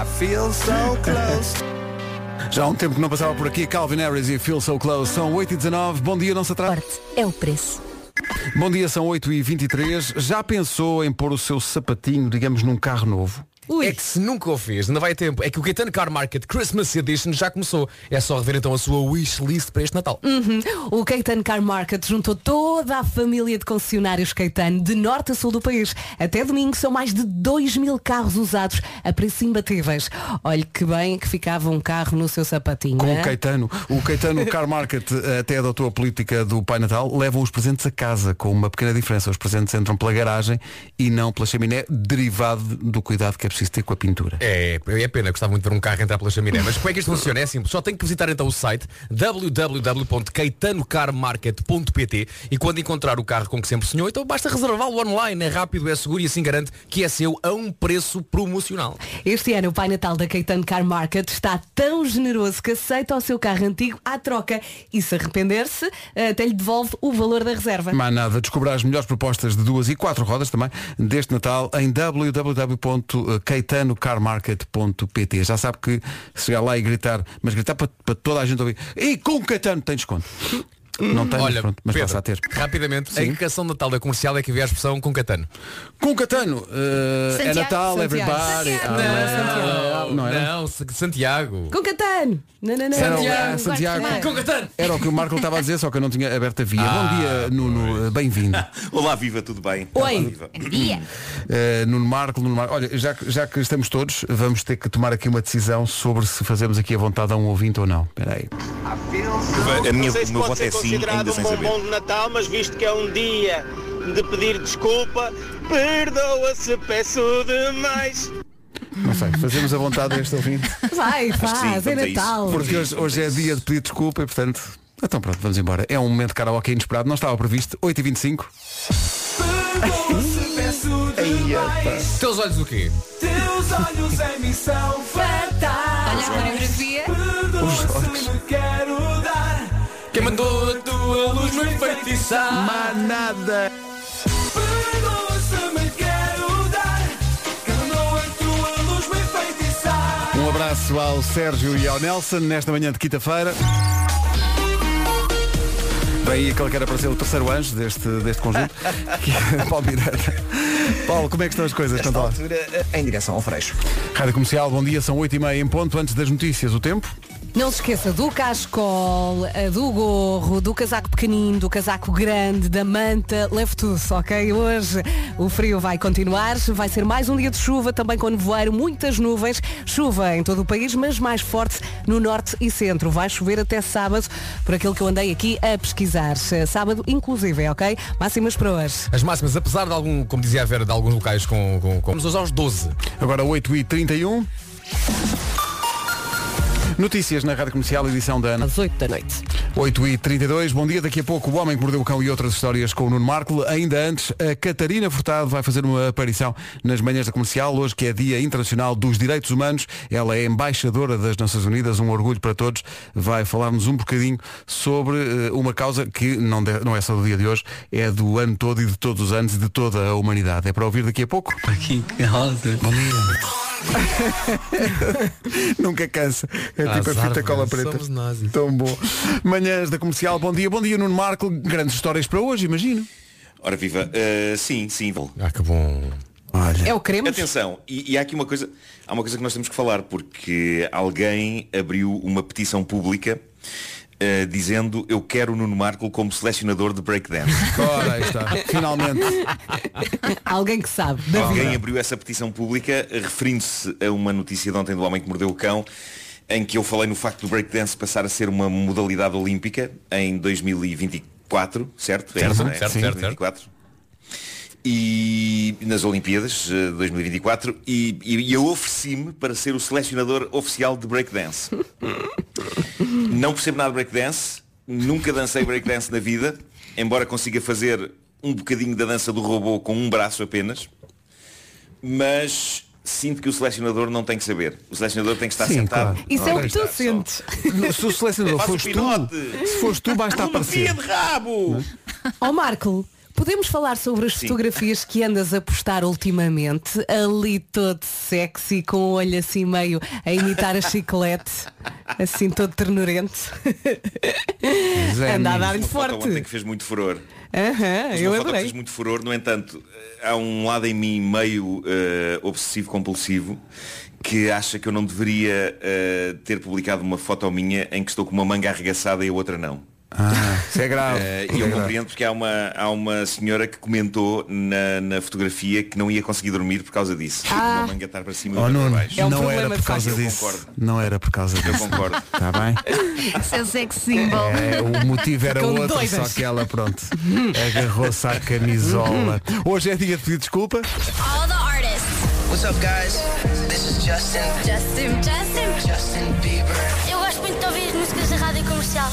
Já há um tempo que não passava por aqui, Calvin Harris e Feel So Close. São 8h19, bom dia, não se atrase. É o preço. Bom dia, são 8h23. Já pensou em pôr o seu sapatinho, digamos, num carro novo? É que se nunca o fez, ainda vai a tempo. É que o Caetano Car Market Christmas Edition já começou. É só rever então a sua wishlist para este Natal. O Caetano Car Market juntou toda a família de concessionários Caetano de norte a sul do país. Até domingo são mais de 2.000 carros usados a preços imbatíveis. Olhe que bem que ficava um carro no seu sapatinho. Com não é? o Caetano Car Market até adotou a política do Pai Natal, levam os presentes a casa, com uma pequena diferença. Os presentes entram pela garagem e não pela chaminé, derivado do cuidado que é preciso ter com a pintura. É pena, gostava muito de ver um carro entrar pela chaminé. Mas como é que isto funciona? É simples, só tem que visitar então o site www.caetanocarmarket.pt e quando encontrar o carro com que sempre sonhou, então basta reservá-lo online. É rápido, é seguro e assim garante que é seu a um preço promocional. Este ano o Pai Natal da Caetano Car Market está tão generoso que aceita o seu carro antigo à troca e se arrepender-se até lhe devolve o valor da reserva. Mais nada, descobrir as melhores propostas de 2 e 4 rodas também deste Natal em www.caetanocarmarket.pt. Já sabe que se chegar lá e gritar, mas gritar para toda a gente ouvir, e com Caetano tem desconto. Não tem, Olha, mas Pedro, passa a ter. Rapidamente, Sim. a canção de Natal da Comercial é que havia a expressão com Caetano. Com Caetano, é Natal, Santiago. everybody. Não era? Não, Santiago. Com Caetano. Não. Santiago. Com Caetano. Era o que o Marco estava a dizer, só que eu não tinha aberto a via. Bom dia, Nuno, bem-vindo. Olá, viva, tudo bem? Oi. Olá, viva. Nuno Marco. Olha, já que estamos todos, vamos ter que tomar aqui uma decisão sobre se fazemos aqui a vontade a um ouvinte ou não. Espera aí. O meu sei se voto pode é ser sim, considerado ainda um sem saber. bombom de Natal, mas visto que é um dia de pedir desculpa, perdoa-se, peço demais. Não sei, fazemos a vontade deste ouvinte. Vai, sim, faz, é vamos a isso. Natal. Porque hoje é dia de pedir desculpa e portanto. Então pronto, vamos embora. É um momento de karaoke inesperado, não estava previsto. 8h25. Teus olhos o quê? Teus olhos em missão fatal. Olha a coreografia. Me quero dar. Quem mandou a tua luz me enfeitiçar? Mas nada. Me quero dar. Que mandou a tua luz me enfeitiçar. Um abraço ao Sérgio e ao Nelson nesta manhã de quinta-feira. Bem, aí aquele que era para ser o terceiro anjo deste conjunto, que é Paulo Miranda. Paulo, como é que estão as coisas? Nesta altura, em direção ao Freixo. Rádio Comercial, bom dia, são 8h30 em ponto. Antes das notícias, o tempo. Não se esqueça do cachecol, do gorro, do casaco pequenino, do casaco grande, da manta, leve tudo, ok? Hoje o frio vai continuar, vai ser mais um dia de chuva, também com nevoeiro, muitas nuvens, chuva em todo o país, mas mais forte no norte e centro. Vai chover até sábado, por aquilo que eu andei aqui a pesquisar. Sábado inclusive, ok? Máximas para hoje. As máximas, apesar de algum, como dizia a Vera, de alguns locais vamos hoje aos 12. Agora 8h31. Notícias na Rádio Comercial, edição da Ana. Às 8 da noite. 8h32, bom dia. Daqui a pouco o Homem que Mordeu o Cão e outras histórias com o Nuno Marco. Ainda antes, a Catarina Furtado vai fazer uma aparição nas manhãs da Comercial, hoje que é Dia Internacional dos Direitos Humanos. Ela é embaixadora das Nações Unidas, um orgulho para todos. Vai falar-nos um bocadinho sobre uma causa que não é só do dia de hoje, é do ano todo e de todos os anos e de toda a humanidade. É para ouvir daqui a pouco. Bom dia. Nunca cansa. É tipo a fita cola preta. Tão bom. Manhãs da Comercial, bom dia Nuno Marco. Grandes histórias para hoje, imagino. Ora viva, sim. Que bom. Olha. É o que queremos. Atenção, e há aqui uma coisa que nós temos que falar, porque alguém abriu uma petição pública dizendo: eu quero o Nuno Marco como selecionador de breakdance. Ora, aí está, finalmente. Alguém que sabe da Alguém vida. abriu essa petição pública referindo-se a uma notícia de ontem do Homem que Mordeu o Cão, em que eu falei no facto do breakdance passar a ser uma modalidade olímpica em 2024, certo? Certo, Não é? certo. 2024. E nas Olimpíadas de 2024 e eu ofereci-me para ser o selecionador oficial de breakdance. Não percebo nada de breakdance, nunca dancei breakdance na vida, embora consiga fazer um bocadinho da dança do robô com um braço apenas, mas sinto que o selecionador não tem que saber. O selecionador tem que estar sentado. Claro. Isso é o que tu sentes. Se o selecionador foste tu, se foste tu, basta aparecer. de rabo! Ó Marco, podemos falar sobre as fotografias que andas a postar ultimamente? Ali todo sexy, com o olho assim meio a imitar a chiclete, assim todo ternurente. Anda a dar-lhe Uma foto forte. ontem que fez muito furor. Mas eu uma foto que adorei. fez muito furor, no entanto, há um lado em mim meio obsessivo-compulsivo que acha que eu não deveria ter publicado uma foto minha em que estou com uma manga arregaçada e a outra não. Isso é grave. E eu compreendo porque há uma senhora que comentou na fotografia que não ia conseguir dormir por causa disso. Uma manga estar para cima e outra para baixo. É um não problema era por causa fácil. disso. Eu concordo. Não era por causa disso. Eu concordo. Está bem? Isso é o sex symbol. O motivo era Ficam outro, doidas. só que ela, pronto, agarrou-se à camisola. Hoje é dia de pedir desculpa. All the artists. What's up, guys? This is Justin Bieber. Eu gosto muito de ouvir as músicas da Rádio Comercial.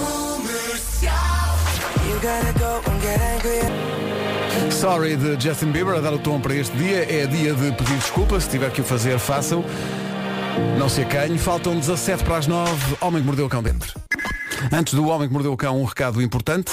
Sorry de Justin Bieber a dar o tom para este dia. É dia de pedir desculpa. Se tiver que o fazer, façam. Não se acanhe. Faltam 17 para as 9. Homem que Mordeu o Cão dentro. Antes do Homem que Mordeu o Cão, um recado importante.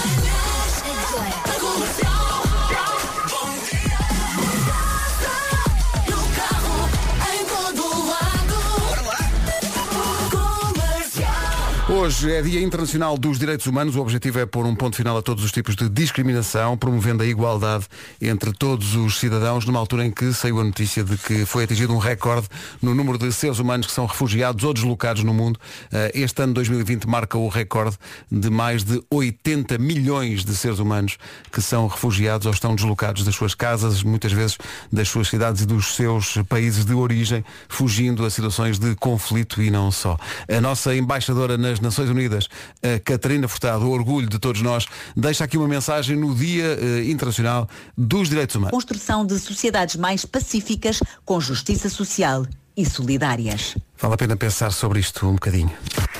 Hoje é Dia Internacional dos Direitos Humanos. O objetivo é pôr um ponto final a todos os tipos de discriminação, promovendo a igualdade entre todos os cidadãos, numa altura em que saiu a notícia de que foi atingido um recorde no número de seres humanos que são refugiados ou deslocados no mundo. Este ano 2020 marca o recorde de mais de 80 milhões de seres humanos que são refugiados ou estão deslocados das suas casas, muitas vezes das suas cidades e dos seus países de origem, fugindo a situações de conflito e não só. A nossa embaixadora nas Nações Unidas, a Catarina Furtado, o orgulho de todos nós, deixa aqui uma mensagem no Dia Internacional dos Direitos Humanos. Construção de sociedades mais pacíficas, com justiça social e solidárias. Vale a pena pensar sobre isto um bocadinho.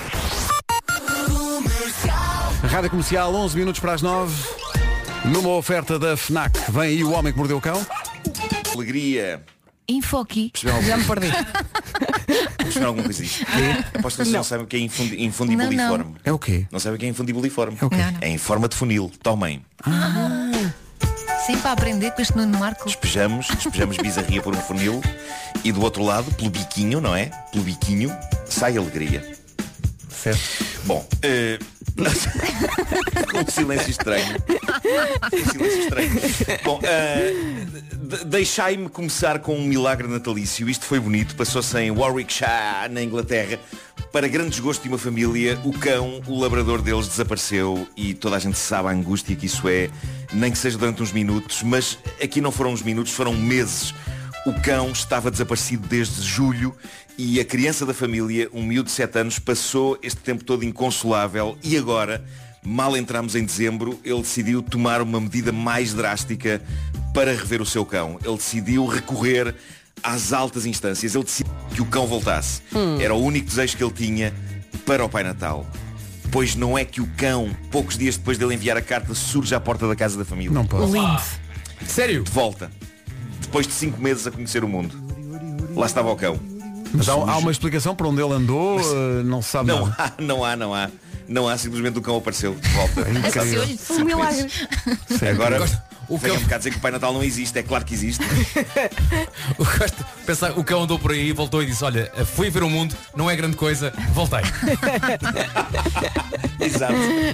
Rádio Comercial, 11 minutos para as 9. Numa oferta da FNAC, vem aí o Homem que Mordeu o Cão. Alegria. Enfoque. Já me perdi. Vamos ver alguma coisa disto. Aposto que vocês não sabem o que é infundibuliforme. É o quê? Não sabem o que é infundibuliforme. É o quê? É em forma de funil. Tomem. Sempre a aprender com este Nuno Marco. Despejamos bizarria por um funil e do outro lado, pelo biquinho, não é? Pelo biquinho, sai alegria. Certo. Bom, Um silêncio estranho. Bom, deixai-me começar com um milagre natalício. Isto foi bonito, passou-se em Warwickshire, na Inglaterra. Para grande desgosto de uma família, o cão, o labrador deles, desapareceu e toda a gente sabe a angústia que isso é, nem que seja durante uns minutos, mas aqui não foram uns minutos, foram meses. O cão estava desaparecido desde julho e a criança da família, um miúdo de 7 anos, passou este tempo todo inconsolável e agora, mal entramos em dezembro, ele decidiu tomar uma medida mais drástica para rever o seu cão. Ele decidiu recorrer às altas instâncias. Ele decidiu que o cão voltasse. Era o único desejo que ele tinha para o Pai Natal. Pois não é que o cão, poucos dias depois dele enviar a carta, surge à porta da casa da família. Não pode. Lindo. Sério? De volta. Depois de 5 meses a conhecer o mundo. Lá estava o cão. Mas há uma explicação para onde ele andou, não se sabe nada. Não há, simplesmente o cão apareceu de volta. Um milagre. Agora o venha cão... um bocado dizer que o Pai Natal não existe. É claro que existe. O cão andou por aí, voltou e disse, olha, fui ver o mundo, não é grande coisa, voltei. Exato.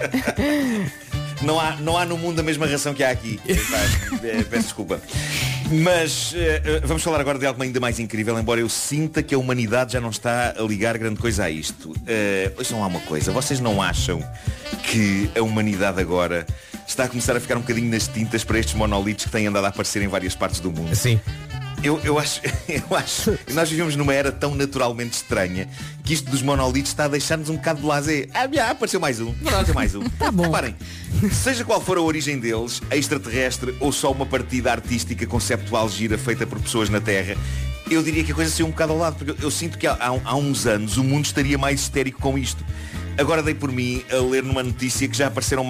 Não há no mundo a mesma ração que há aqui. Peço desculpa. Mas vamos falar agora de algo ainda mais incrível, embora eu sinta que a humanidade já não está a ligar grande coisa a isto. Ouçam lá uma coisa, vocês não acham que a humanidade agora está a começar a ficar um bocadinho nas tintas para estes monolitos que têm andado a aparecer em várias partes do mundo? Sim. Eu acho que nós vivemos numa era tão naturalmente estranha que isto dos monolitos está a deixar-nos um bocado de lazer. Apareceu mais um. Tá bom. Reparem, seja qual for a origem deles, extraterrestre ou só uma partida artística conceptual gira feita por pessoas na Terra, eu diria que a coisa saiu um bocado ao lado, porque eu sinto que há uns anos o mundo estaria mais histérico com isto. Agora dei por mim a ler numa notícia que já apareceram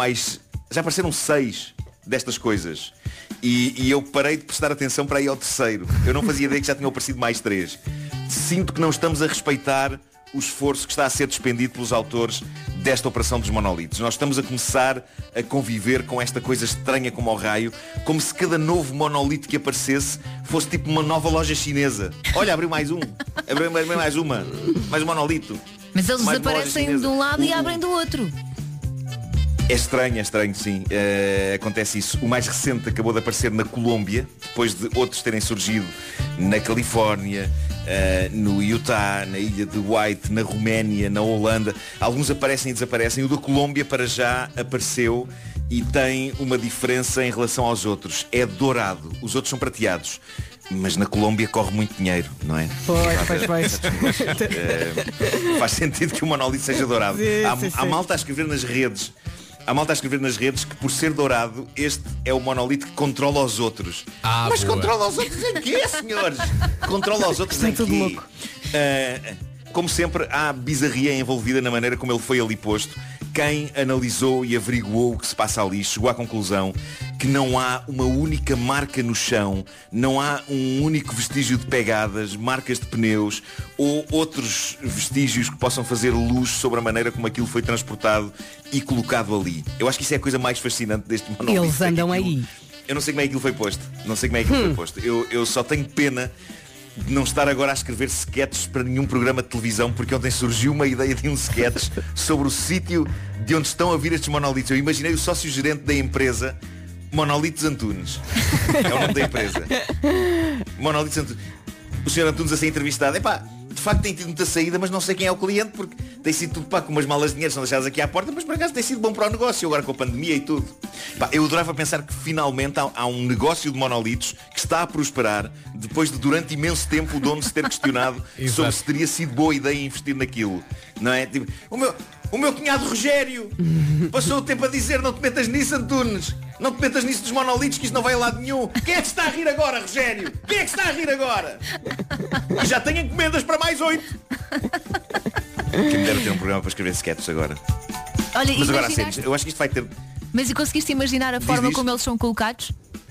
6 destas coisas. E eu parei de prestar atenção para ir ao terceiro. Eu não fazia ideia que já tinham aparecido mais 3. Sinto que não estamos a respeitar o esforço que está a ser despendido pelos autores desta operação dos monolitos. Nós estamos a começar a conviver com esta coisa estranha como ao raio, como se cada novo monolito que aparecesse fosse tipo uma nova loja chinesa. Olha, abriu mais um. Abriu mais um monolito. Mas eles desaparecem de um lado e abrem do outro. É estranho, sim. Acontece isso. O mais recente acabou de aparecer na Colômbia, depois de outros terem surgido na Califórnia, no Utah, na ilha de White, na Roménia, na Holanda. Alguns aparecem e desaparecem. O da Colômbia para já apareceu e tem uma diferença em relação aos outros. É dourado. Os outros são prateados. Mas na Colômbia corre muito dinheiro, não é? Pois. Faz sentido que o monolito seja dourado. Há malta a escrever nas redes. Há malta a escrever nas redes que por ser dourado, este é o monolito que controla os outros. Mas boa. Controla os outros em quê, senhores? Controla os outros em quê? Louco. Como sempre, há bizarria envolvida na maneira como ele foi ali posto. Quem analisou e averiguou o que se passa ali chegou à conclusão que não há uma única marca no chão, não há um único vestígio de pegadas, marcas de pneus ou outros vestígios que possam fazer luz sobre a maneira como aquilo foi transportado e colocado ali. Eu acho que isso é a coisa mais fascinante deste monolito. Eles andam aí. Eu não sei como é que aquilo foi posto. Eu só tenho pena de não estar agora a escrever sketches para nenhum programa de televisão, porque ontem surgiu uma ideia de um sketch sobre o sítio de onde estão a vir estes monolitos. Eu imaginei o sócio-gerente da empresa Monolitos Antunes. É o nome da empresa. Monolitos Antunes. O senhor Antunes a ser entrevistado. De facto tem tido muita saída, mas não sei quem é o cliente, porque tem sido tudo com umas malas de dinheiro, são deixadas aqui à porta, mas por acaso tem sido bom para o negócio, agora com a pandemia e tudo. Eu adorava pensar que finalmente há um negócio de monolitos que está a prosperar, depois de durante imenso tempo o dono se ter questionado sobre se teria sido boa ideia investir naquilo. Não é? Tipo, o meu cunhado Rogério passou o tempo a dizer: não te metas nisso, Antunes, não te metas nisso dos monolitos, que isso não vai a lado nenhum. Quem é que está a rir agora, Rogério? Quem é que está a rir agora? E já tenho encomendas para mais 8. Quem me dera ter um programa para escrever sketches agora. Olha, mas agora, sério, eu acho que isto vai ter... Mas conseguiste imaginar a forma como eles são colocados?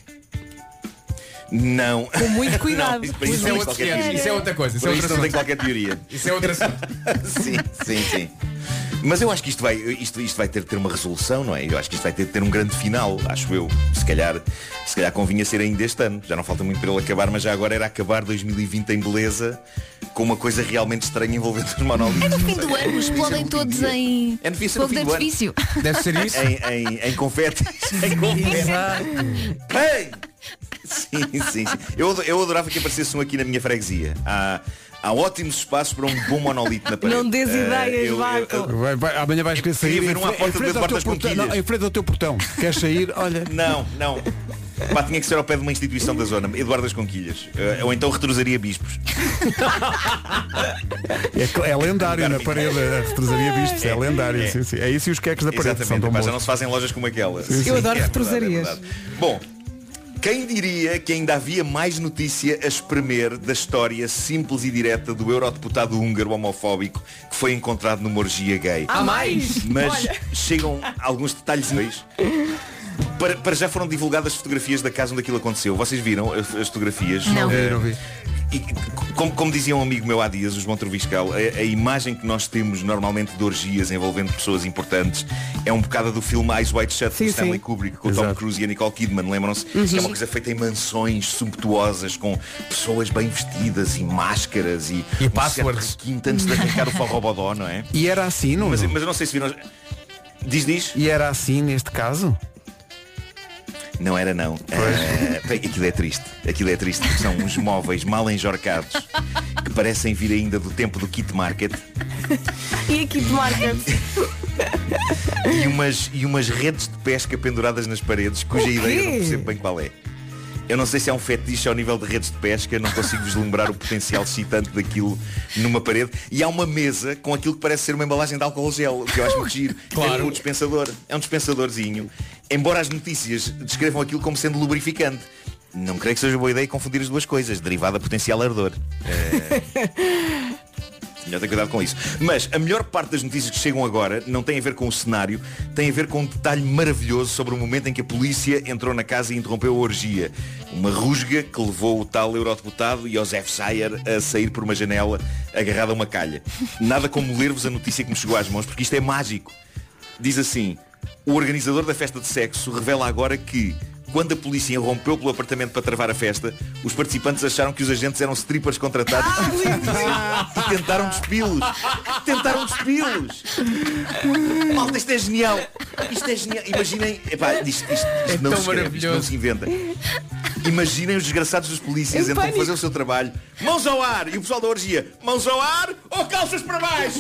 Não. Com muito cuidado. Isso é outra coisa. Isso não tem qualquer teoria. Isso é outro assunto. Sim. Mas eu acho que isto vai ter uma resolução, não é? Eu acho que isto vai ter um grande final, acho eu. Se calhar convinha ser ainda este ano. Já não falta muito para ele acabar, mas já agora era acabar 2020 em beleza, com uma coisa realmente estranha envolvendo os monólitos. É no fim do ano, explodem todos em É no fim fogo de do ano. artifício. Deve ser isso. Em confetes. Em confetes. Ei! Sim. Eu adorava que aparecesse um aqui na minha freguesia. Há ótimos espaços para um bom monolito na parede. Não des ideias, Marco. Amanhã vais querer sair queria ver um à porta do Eduardo das Conquilhas. Em frente ao teu portão. Queres sair? Olha. Não. Pá, tinha que ser ao pé de uma instituição da zona, Eduardo das Conquilhas. Ou então retrosaria bispos. É lendário na parede, a retrosaria bispos. É lendário, sim. É isso e os queques da parede. Exatamente, mas já não se fazem lojas como aquela. Eu adoro retrosarias. É bom, quem diria que ainda havia mais notícia a espremer da história simples e direta do eurodeputado húngaro homofóbico que foi encontrado numa orgia gay? Há mais! Mas Olha. chegam alguns detalhes. Para já foram divulgadas fotografias da casa onde aquilo aconteceu. Vocês viram as fotografias? Não. Não vi. E, como dizia um amigo meu há dias, o João Troviscal, a imagem que nós temos normalmente de orgias envolvendo pessoas importantes é um bocado do filme Eyes Wide Shut de Stanley Kubrick, com o Tom Cruise e a Nicole Kidman, lembram-se? Que é uma coisa feita em mansões sumptuosas, com pessoas bem vestidas e máscaras e passwords quinta antes de arrancar o forrobodó, não é? E era assim, não? Mas eu não sei se viram. Diz. E era assim neste caso? Não era não. Aquilo é triste. Porque são uns móveis mal enjorcados que parecem vir ainda do tempo do Kit Market. E a Kit Market? E umas redes de pesca penduradas nas paredes, cuja ideia eu não percebo bem qual é. Eu não sei se é um fetiche ao nível de redes de pesca, não consigo vislumbrar o potencial excitante daquilo numa parede. E há uma mesa com aquilo que parece ser uma embalagem de álcool gel, que eu acho muito giro. Claro. É um dispensador. É um dispensadorzinho. Embora as notícias descrevam aquilo como sendo lubrificante. Não creio que seja boa ideia confundir as duas coisas. Derivado a potencial ardor. Melhor ter cuidado com isso. Mas a melhor parte das notícias que chegam agora não tem a ver com o cenário, tem a ver com um detalhe maravilhoso sobre o momento em que a polícia entrou na casa e interrompeu a orgia. Uma rusga que levou o tal eurodeputado Josef Sayer a sair por uma janela agarrado a uma calha. Nada como ler-vos a notícia que me chegou às mãos, porque isto é mágico. Diz assim: o organizador da festa de sexo revela agora que, quando a polícia irrompeu pelo apartamento para travar a festa, os participantes acharam que os agentes eram strippers contratados e tentaram despi-los. Malta, isto é genial. Imaginem, isto não se escreve, isto não se inventa. Imaginem os desgraçados dos polícias então fazer o seu trabalho. Mãos ao ar! E o pessoal da orgia: mãos ao ar ou calças para baixo?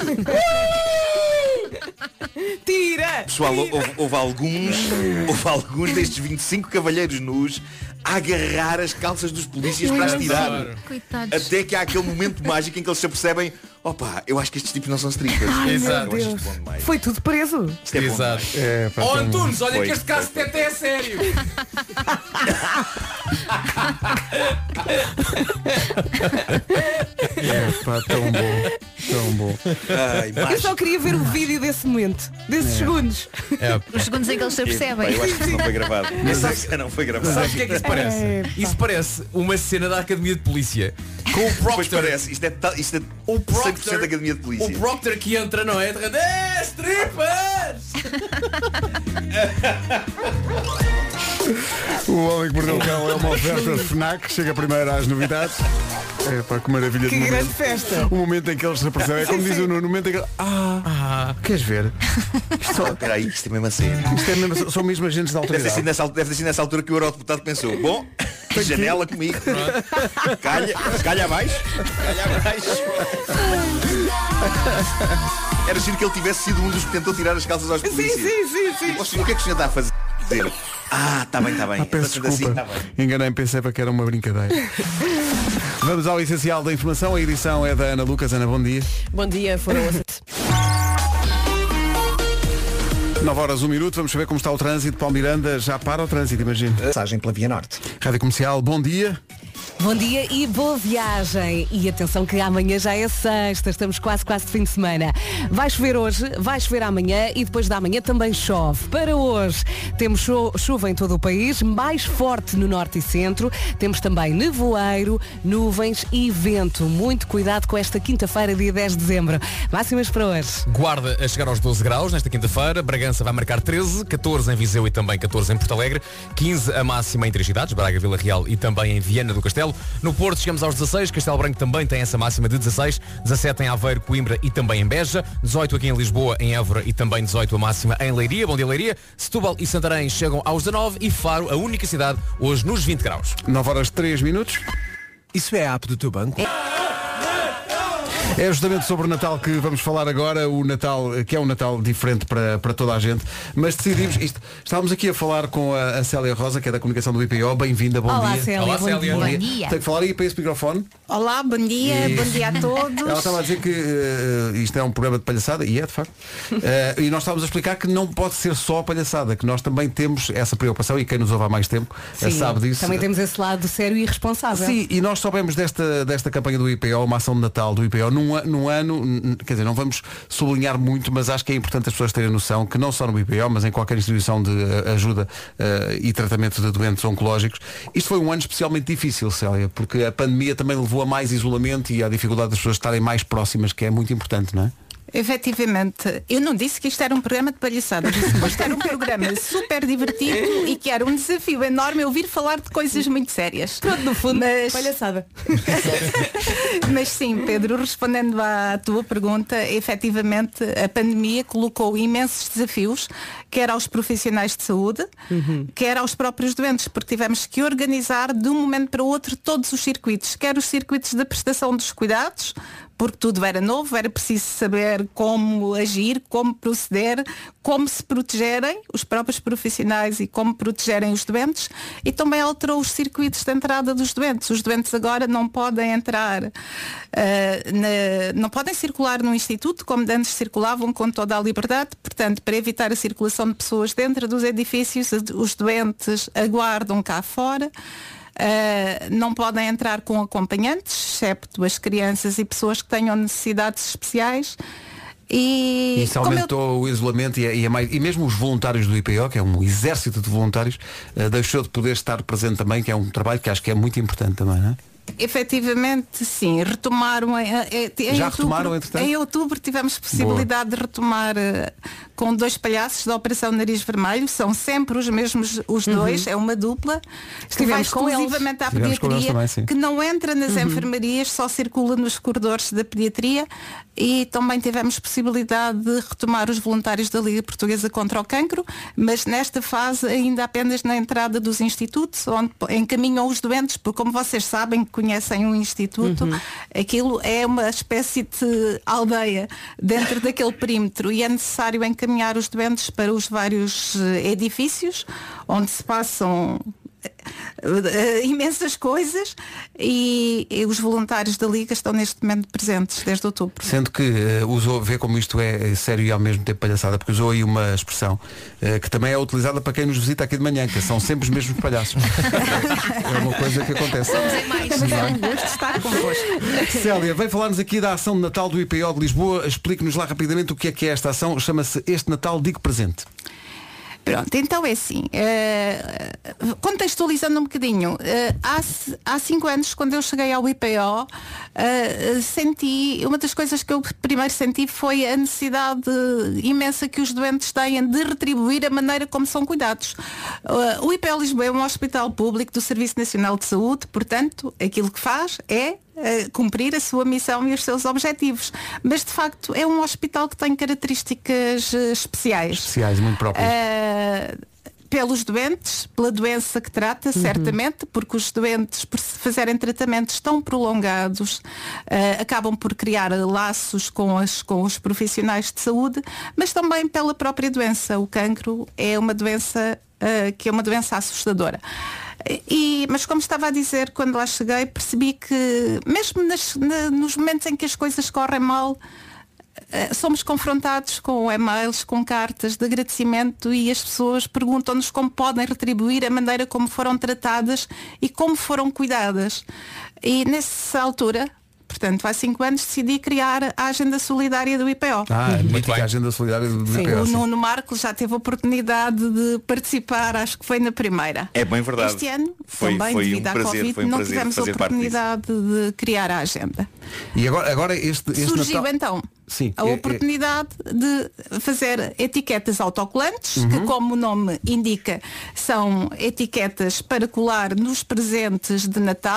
Tira! Pessoal, houve alguns destes 25 cavalheiros nus a agarrar as calças dos polícias para as tirar. Coitados. Até que há aquele momento mágico em que eles se apercebem: opa, eu acho que estes tipos não são strippers. Exato. Eu acho isto bom demais. Foi tudo preso. Isto é bom Exato. demais. Antunes, olha Foi, que este caso até é sério. Tão bom. Eu só queria ver o vídeo desse momento, desses segundos. Os segundos em que eles se apercebem. Eu acho que isso não foi gravado. Não foi gravado. Sabe o que é que isso parece? Isso parece uma cena da Academia de Polícia. Com o Proctor. Pois parece, isto é o 100% da Academia de Polícia. O Proctor que entra, não é? Strippers! O Homem que Mordeu o Cão é uma oferta de FNAC. Chega primeiro às novidades. É pá, que maravilha. Que grande festa. O momento em que eles se apercebem, é como diz o Nuno, no momento em que queres ver? Espera aí, isto é mesmo assim. Isto é mesmo, são mesmo agentes da Deve autoridade. ter sido nessa altura que o eurodeputado pensou: bom, janela comigo. Calha abaixo. Era giro que ele tivesse sido um dos que tentou tirar as calças aos polícias. Sim. Poxa, o que é que o senhor está a fazer? Está bem. Peço desculpa. Enganei-me, pensava que era uma brincadeira. Vamos ao essencial da informação. A edição é da Ana Lucas. Ana, bom dia. Bom dia, foram 9h01. Vamos saber como está o trânsito. Paulo Miranda, já para o trânsito, imagino. Passagem pela Via Norte. Rádio Comercial, bom dia. Bom dia e boa viagem. E atenção que amanhã já é sexta, estamos quase de fim de semana. Vai chover hoje, vai chover amanhã e depois da manhã também chove. Para hoje temos chuva em todo o país, mais forte no norte e centro. Temos também nevoeiro, nuvens e vento. Muito cuidado com esta quinta-feira, dia 10 de dezembro. Máximas para hoje. Guarda a chegar aos 12 graus nesta quinta-feira. Bragança vai marcar 13, 14 em Viseu e também 14 em Porto Alegre. 15 a máxima em 3 cidades, Braga, Vila Real e também em Viana do Castelo. Castelo. No Porto chegamos aos 16, Castelo Branco também tem essa máxima de 16, 17 em Aveiro, Coimbra e também em Beja, 18 aqui em Lisboa, em Évora e também 18 a máxima em Leiria. Bom dia, Leiria. Setúbal e Santarém chegam aos 19 e Faro, a única cidade, hoje nos 20 graus. 9h03. Isso é a app do teu banco? É justamente sobre o Natal que vamos falar agora, o Natal, que é um Natal diferente para toda a gente, mas decidimos isto. Estávamos aqui a falar com a Célia Rosa, que é da comunicação do IPO. Bem-vinda, bom Olá, dia. Célia. Olá, Célia. Bom dia. Tem que falar aí para esse microfone. Olá, bom dia a todos. Ela estava a dizer que isto é um programa de palhaçada, e é de facto. E nós estávamos a explicar que não pode ser só palhaçada, que nós também temos essa preocupação, e quem nos ouve há mais tempo sabe disso. Também temos esse lado sério e responsável. Sim, e nós soubemos desta campanha do IPO, uma ação de Natal do IPO, num ano, quer dizer, não vamos sublinhar muito, mas acho que é importante as pessoas terem noção que não só no IPO, mas em qualquer instituição de ajuda e tratamento de doentes oncológicos, isto foi um ano especialmente difícil, Célia, porque a pandemia também levou a mais isolamento e à dificuldade das pessoas estarem mais próximas, que é muito importante, não é? Efetivamente, eu não disse que isto era um programa de palhaçada, disse que isto era um programa super divertido e que era um desafio enorme ouvir falar de coisas muito sérias. Pronto, no fundo, palhaçada. Mas sim, Pedro, respondendo à tua pergunta, efetivamente a pandemia colocou imensos desafios, quer aos profissionais de saúde, quer aos próprios doentes, porque tivemos que organizar de um momento para o outro todos os circuitos, quer os circuitos da prestação dos cuidados, porque tudo era novo, era preciso saber como agir, como proceder, como se protegerem os próprios profissionais e como protegerem os doentes, e também alterou os circuitos de entrada dos doentes. Os doentes agora não podem entrar, não podem circular no instituto como antes circulavam com toda a liberdade. Portanto, para evitar a circulação de pessoas dentro dos edifícios, os doentes aguardam cá fora. Não podem entrar com acompanhantes, excepto as crianças e pessoas que tenham necessidades especiais. E isso aumentou o isolamento e mesmo os voluntários do IPO, que é um exército de voluntários, deixou de poder estar presente também, que é um trabalho que acho que é muito importante também, não é? Efetivamente, sim, retomaram retomaram, entretanto? Em outubro tivemos possibilidade de retomar com 2 palhaços da Operação Nariz Vermelho. São sempre os mesmos, os dois, é uma dupla que vai exclusivamente à pediatria, também, que não entra nas enfermarias, só circula nos corredores da pediatria. E também tivemos possibilidade de retomar os voluntários da Liga Portuguesa contra o Cancro, mas nesta fase ainda apenas na entrada dos institutos, onde encaminham os doentes, porque como vocês sabem, conhecem um instituto, aquilo é uma espécie de aldeia dentro daquele perímetro, e é necessário encaminhar os doentes para os vários edifícios onde se passam imensas coisas, e os voluntários da Liga estão neste momento presentes desde outubro. Sendo que vê como isto é sério e ao mesmo tempo palhaçada, porque usou aí uma expressão que também é utilizada para quem nos visita aqui de manhã, que são sempre os mesmos palhaços. É uma coisa que acontece. É um gosto estar convosco. Célia, vem falar-nos aqui da ação de Natal do IPO de Lisboa. Explique-nos lá rapidamente o que é esta ação. Chama-se Este Natal Digo Presente. Pronto, então é assim, contextualizando um bocadinho, há 5 anos, quando eu cheguei ao IPO, uma das coisas que eu primeiro senti foi a necessidade imensa que os doentes têm de retribuir a maneira como são cuidados. O IPO Lisboa é um hospital público do Serviço Nacional de Saúde, portanto, aquilo que faz é cumprir a sua missão e os seus objetivos. Mas de facto é um hospital que tem características especiais. Especiais, muito próprias. Pelos doentes, pela doença que trata, certamente, porque os doentes, por se fazerem tratamentos tão prolongados, acabam por criar laços com os profissionais de saúde, mas também pela própria doença. O cancro é uma doença que é uma doença assustadora. Mas como estava a dizer, quando lá cheguei, percebi que mesmo nos momentos em que as coisas correm mal, somos confrontados com e-mails, com cartas de agradecimento, e as pessoas perguntam-nos como podem retribuir a maneira como foram tratadas e como foram cuidadas. E nessa altura, portanto, há 5 anos, decidi criar a Agenda Solidária do IPO. Muito bem. A Agenda Solidária do IPO. O Nuno Marco já teve a oportunidade de participar, acho que foi na primeira. É bem verdade. Este ano, também devido à Covid, não tivemos a oportunidade de criar a agenda. E agora este surgiu Natal... então Sim, a oportunidade de fazer etiquetas autocolantes, que, como o nome indica, são etiquetas para colar nos presentes de Natal.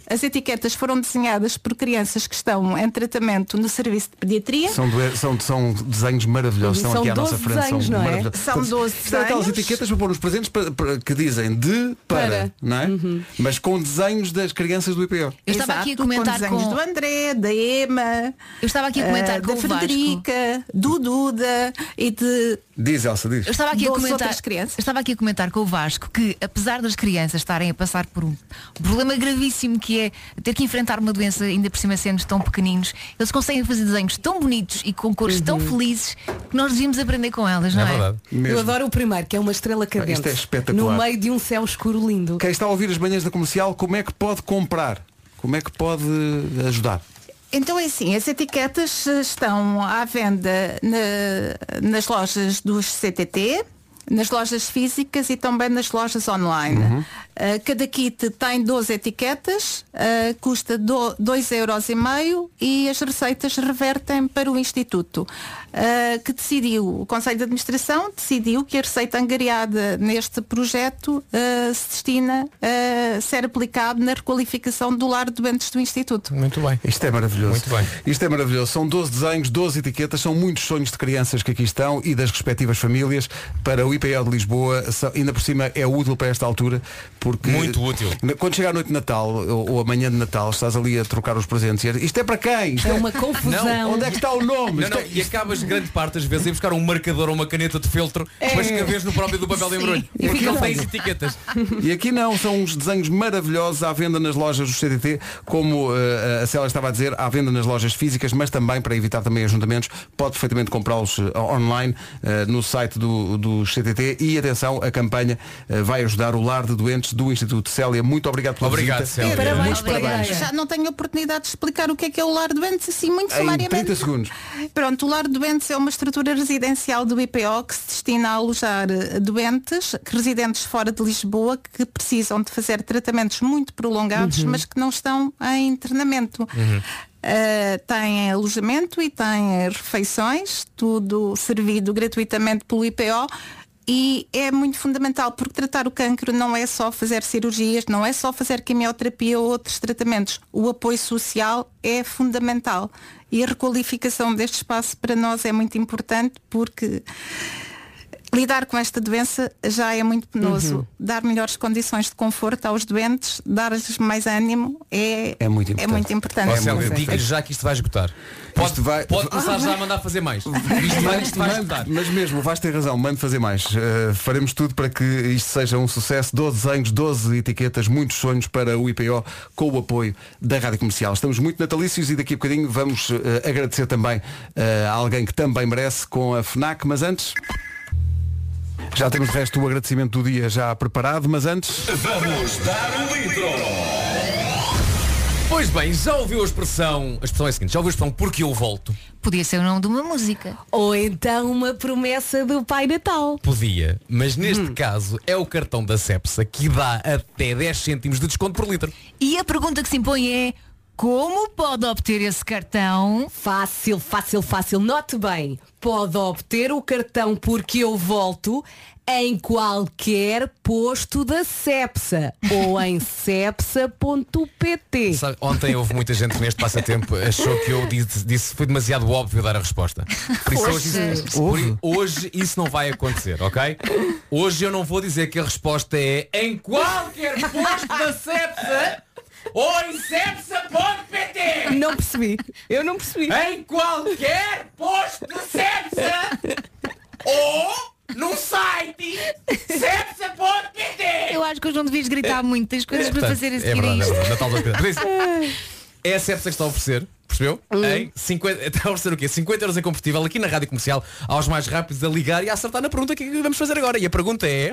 As etiquetas foram desenhadas por crianças que estão em tratamento no serviço de pediatria. São desenhos maravilhosos. Estão aqui à nossa frente. Desenhos, não é? maravilhosos. São 12 São aquelas desenhos. etiquetas para pôr nos presentes que dizem de para. Não é? Mas com desenhos das crianças do IPO. Eu estava aqui a Exato, comentar desenhos com do André, da Ema. Eu estava aqui a comentar com da o Frederica, do Duda e de Diz, Elsa, diz. Eu estava aqui a 12 comentar, outras crianças. eu estava aqui a comentar com o Vasco que, apesar das crianças estarem a passar por um problema gravíssimo que é ter que enfrentar uma doença, ainda por cima sendo tão pequeninos, eles conseguem fazer desenhos tão bonitos e com cores tão felizes que nós devíamos aprender com elas, não é? verdade. Eu adoro o primeiro, que é uma estrela cadente. Isto é espetacular. No meio de um céu escuro lindo. Quem está a ouvir as manhãs da Comercial, como é que pode comprar? Como é que pode ajudar? Então é assim, as etiquetas estão à venda nas lojas dos CTT, nas lojas físicas e também nas lojas online. Cada kit tem 12 etiquetas, custa 2,5€ e as receitas revertem para o Instituto, que decidiu, o Conselho de Administração decidiu que a receita angariada neste projeto se destina a ser aplicado na requalificação do lar de doentes do Instituto. Muito bem. Isto é maravilhoso. Muito bem. Isto é maravilhoso. São 12 desenhos, 12 etiquetas, são muitos sonhos de crianças que aqui estão e das respectivas famílias para o IPO de Lisboa. Ainda por cima é útil para esta altura, porque Muito útil. Quando chega a noite de Natal ou a manhã de Natal, estás ali a trocar os presentes e isto é para quem? Isto É uma confusão. Não, Onde é que está o nome? Não, e acabas grande parte das vezes a ir buscar um marcador ou uma caneta de feltro para escreveres no próprio do papel de embrulho. E Porque fica não bem. tens etiquetas. E aqui não, são uns desenhos maravilhosos à venda nas lojas do CTT, como a Célia estava a dizer, à venda nas lojas físicas, mas também, para evitar também ajuntamentos, pode perfeitamente comprá-los online no site do CTT. E atenção, a campanha vai ajudar o lar de doentes do Instituto. Célia, muito obrigado pela Obrigado, visita. Célia. Parabéns, Muitos parabéns. Já não tenho oportunidade de explicar o que é o lar de doentes assim muito Em sumariamente. 30 segundos. Pronto, o lar de doentes é uma estrutura residencial do IPO que se destina a alojar doentes, residentes fora de Lisboa, que precisam de fazer tratamentos muito prolongados, mas que não estão em internamento. Tem alojamento e tem refeições, tudo servido gratuitamente pelo IPO. E é muito fundamental, porque tratar o cancro não é só fazer cirurgias, não é só fazer quimioterapia ou outros tratamentos. O apoio social é fundamental. E a requalificação deste espaço para nós é muito importante, porque lidar com esta doença já é muito penoso. Dar melhores condições de conforto aos doentes, dar-lhes mais ânimo é muito importante. Ó, Célia, diga-lhe já que isto vai esgotar. Pode começar já a mandar fazer mais. Isto vai esgotar. Mas mesmo, vais ter razão, mande fazer mais. Faremos tudo para que isto seja um sucesso. 12 desenhos, 12 etiquetas, muitos sonhos para o IPO com o apoio da Rádio Comercial. Estamos muito natalícios e daqui a bocadinho vamos agradecer também a alguém que também merece com a FNAC, mas antes... Já temos de resto o agradecimento do dia já preparado, mas antes... Vamos dar um litro. Pois bem, já ouviu a expressão é a seguinte, já ouviu a expressão porque eu volto? Podia ser o nome de uma música. Ou então uma promessa do Pai Natal. Podia, mas neste caso é o cartão da Cepsa que dá até 10 cêntimos de desconto por litro. E a pergunta que se impõe é: como pode obter esse cartão? Fácil, fácil, fácil. Note bem. Pode obter o cartão porque eu volto em qualquer posto da Cepsa ou em cepsa.pt. Sabe, ontem houve muita gente que neste passatempo achou que eu disse foi demasiado óbvio dar a resposta. Por isso hoje isso não vai acontecer, ok? Hoje eu não vou dizer que a resposta é em qualquer posto da Cepsa ou em cepsa.pt. Não percebi. Eu não percebi. Em qualquer posto de Cepsa ou num site cepsa.pt. Eu acho que hoje não devias gritar muito, tens coisas para fazer a seguir a isto. Natal das Crianças. É a Cepsa que está a oferecer, percebeu? Em 50, está a oferecer o quê? 50 euros em combustível aqui na Rádio Comercial aos mais rápidos a ligar e a acertar na pergunta que vamos fazer agora. E a pergunta é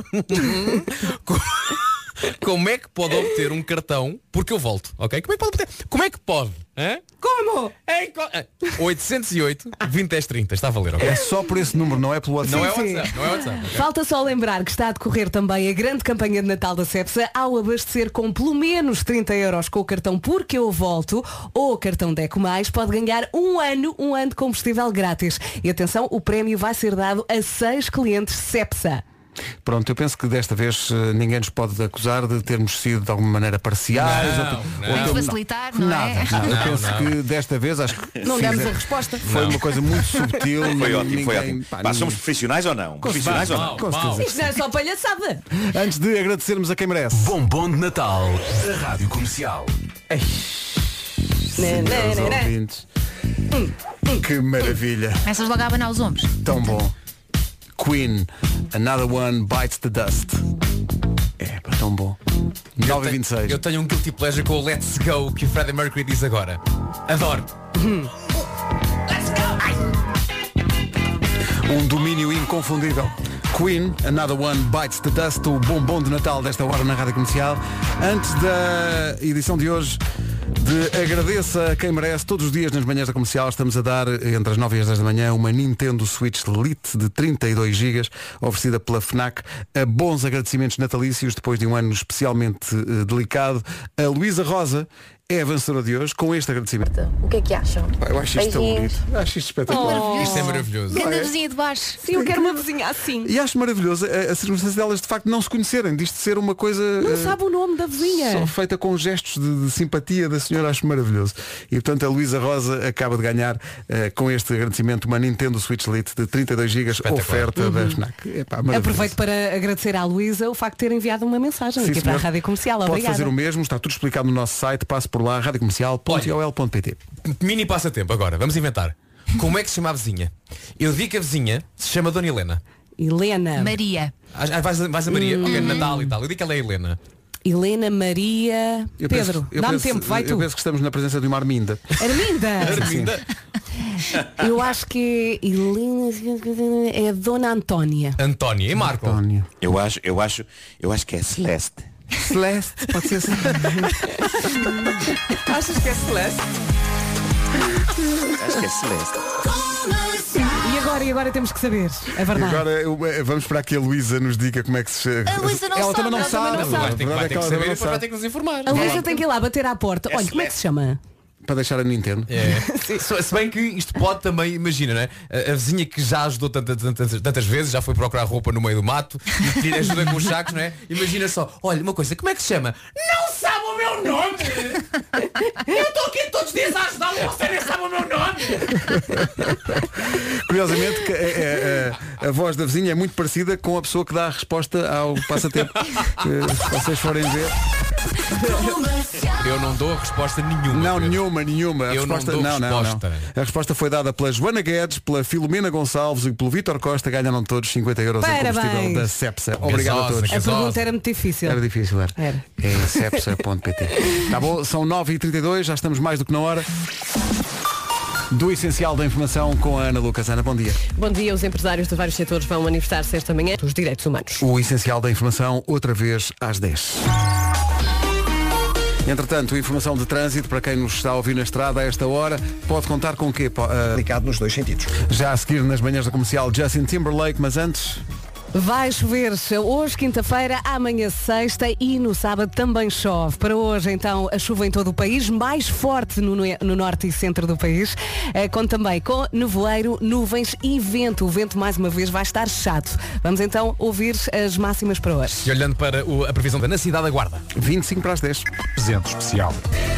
como é que pode obter um cartão porque eu volto, ok? Como é que pode obter? Como é que pode? Hã? Como? 808 20 10 30, está a valer, ok? É só por esse número, não é pelo WhatsApp. Não é WhatsApp, não é WhatsApp. Okay? Falta só lembrar que está a decorrer também a grande campanha de Natal da Cepsa ao abastecer com pelo menos 30 euros com o cartão Porque Eu Volto ou o cartão Deco Mais pode ganhar um ano de combustível grátis. E atenção, o prémio vai ser dado a 6 clientes Cepsa. Pronto, eu penso que desta vez ninguém nos pode acusar de termos sido de alguma maneira parciais. Vamos facilitar, não é? Nada. Eu penso que desta vez acho que não demos a resposta. Foi uma coisa muito subtil. Foi ótimo, foi ninguém, ótimo. Pá, somos profissionais ou não? Profissionais ou não? Isto não é só palhaçada. Antes de agradecermos a quem merece. Bombom de Natal da Rádio Comercial. Ouvintes. Que maravilha. Começas logo a abanar os ombros. Tão bom. Queen, Another One Bites the Dust. É, pá, tão bom. 9h26. Eu tenho um guilty pleasure com o Let's Go que o Freddie Mercury diz agora. Adoro. Um domínio inconfundível. Queen, Another One Bites the Dust, o bombom de Natal desta hora na Rádio Comercial. Antes da edição de hoje, de agradeça a quem merece. Todos os dias nas manhãs da Comercial estamos a dar, entre as 9 e as 10 da manhã, uma Nintendo Switch Lite de 32 GB, oferecida pela FNAC, a bons agradecimentos natalícios depois de um ano especialmente delicado. A Luísa Rosa é a vencedora de hoje com este agradecimento. O que é que acham? Eu acho isto tão bonito. Acho isto espetacular. Isto é maravilhoso. Grande vizinha de baixo. Sim, eu quero uma vizinha assim. E acho maravilhoso a circunstância delas de facto não se conhecerem, disto ser uma coisa Não sabe o nome da vizinha. só feita com gestos de simpatia da senhora, acho maravilhoso. E portanto a Luísa Rosa acaba de ganhar com este agradecimento uma Nintendo Switch Lite de 32 GB, oferta da FNAC. Epá, aproveito para agradecer à Luísa o facto de ter enviado uma mensagem Sim, aqui para a senhor. Rádio Comercial. Pode Obrigada. fazer o mesmo, está tudo explicado no nosso site, passe por lá, radiocomercial.ol.pt. Mini passatempo agora, vamos inventar. Como é que se chama a vizinha? Eu digo que a vizinha se chama Dona Helena. Helena. Maria. Vais a Maria, ok, Natal e tal. Eu digo que ela é Helena. Helena, Maria, Pedro, dá-me tempo, vai tu. Eu penso que estamos na presença de uma Arminda. Arminda. Eu acho que Helena é Dona Antónia. Antónia. E Marco? Antónia. Eu acho que é Celeste. Celeste, pode ser assim. Achas que é Celeste? Acho que é Celeste. E agora temos que saber a verdade. Agora vamos esperar que a Luísa nos diga como é que se chega. A Luísa não ela sabe. também não sabe. Vai ter A verdade é que ela saber também e não depois vai sabe. ter que nos informar. A Luísa tem que ir lá bater à porta. Olha, como é que se chama? Para deixar a Nintendo. É. Se bem que isto pode também, imagina, não é? A vizinha que já ajudou tantas vezes, já foi procurar roupa no meio do mato e pedir ajuda com os sacos, não é? Imagina só, olha, uma coisa, como é que se chama? Não sabe o meu nome! Eu estou aqui todos os dias a ajudá-lo, você nem sabe o meu nome! Curiosamente, a voz da vizinha é muito parecida com a pessoa que dá a resposta ao passatempo. Se vocês forem ver. Eu não dou a resposta nenhuma. Não, Pedro. nenhuma. Eu não dou resposta. A resposta foi dada pela Joana Guedes, pela Filomena Gonçalves e pelo Vítor Costa. Ganharam todos 50 euros em combustível da Cepsa. Obrigado a todos. A pergunta era muito difícil. Era difícil, era. É cepsa.pt. Tá bom, são 9h32, já estamos mais do que na hora. Do essencial da informação com a Ana Lucas. Ana, bom dia. Bom dia. Os empresários de vários setores vão manifestar-se esta manhã dos direitos humanos. O essencial da informação, outra vez às 10. Entretanto, informação de trânsito para quem nos está a ouvir na estrada a esta hora, pode contar com o quê? Aplicado nos dois sentidos. Já a seguir nas manhãs da Comercial, Justin Timberlake, mas antes... Vai chover hoje, quinta-feira, amanhã, sexta e no sábado também chove. Para hoje, então, a chuva em todo o país, mais forte no norte e centro do país, também com nevoeiro, nuvens e vento. O vento, mais uma vez, vai estar chato. Vamos então ouvir as máximas para hoje. E olhando para a previsão na cidade da Guarda. 25 para as 10. Presente especial.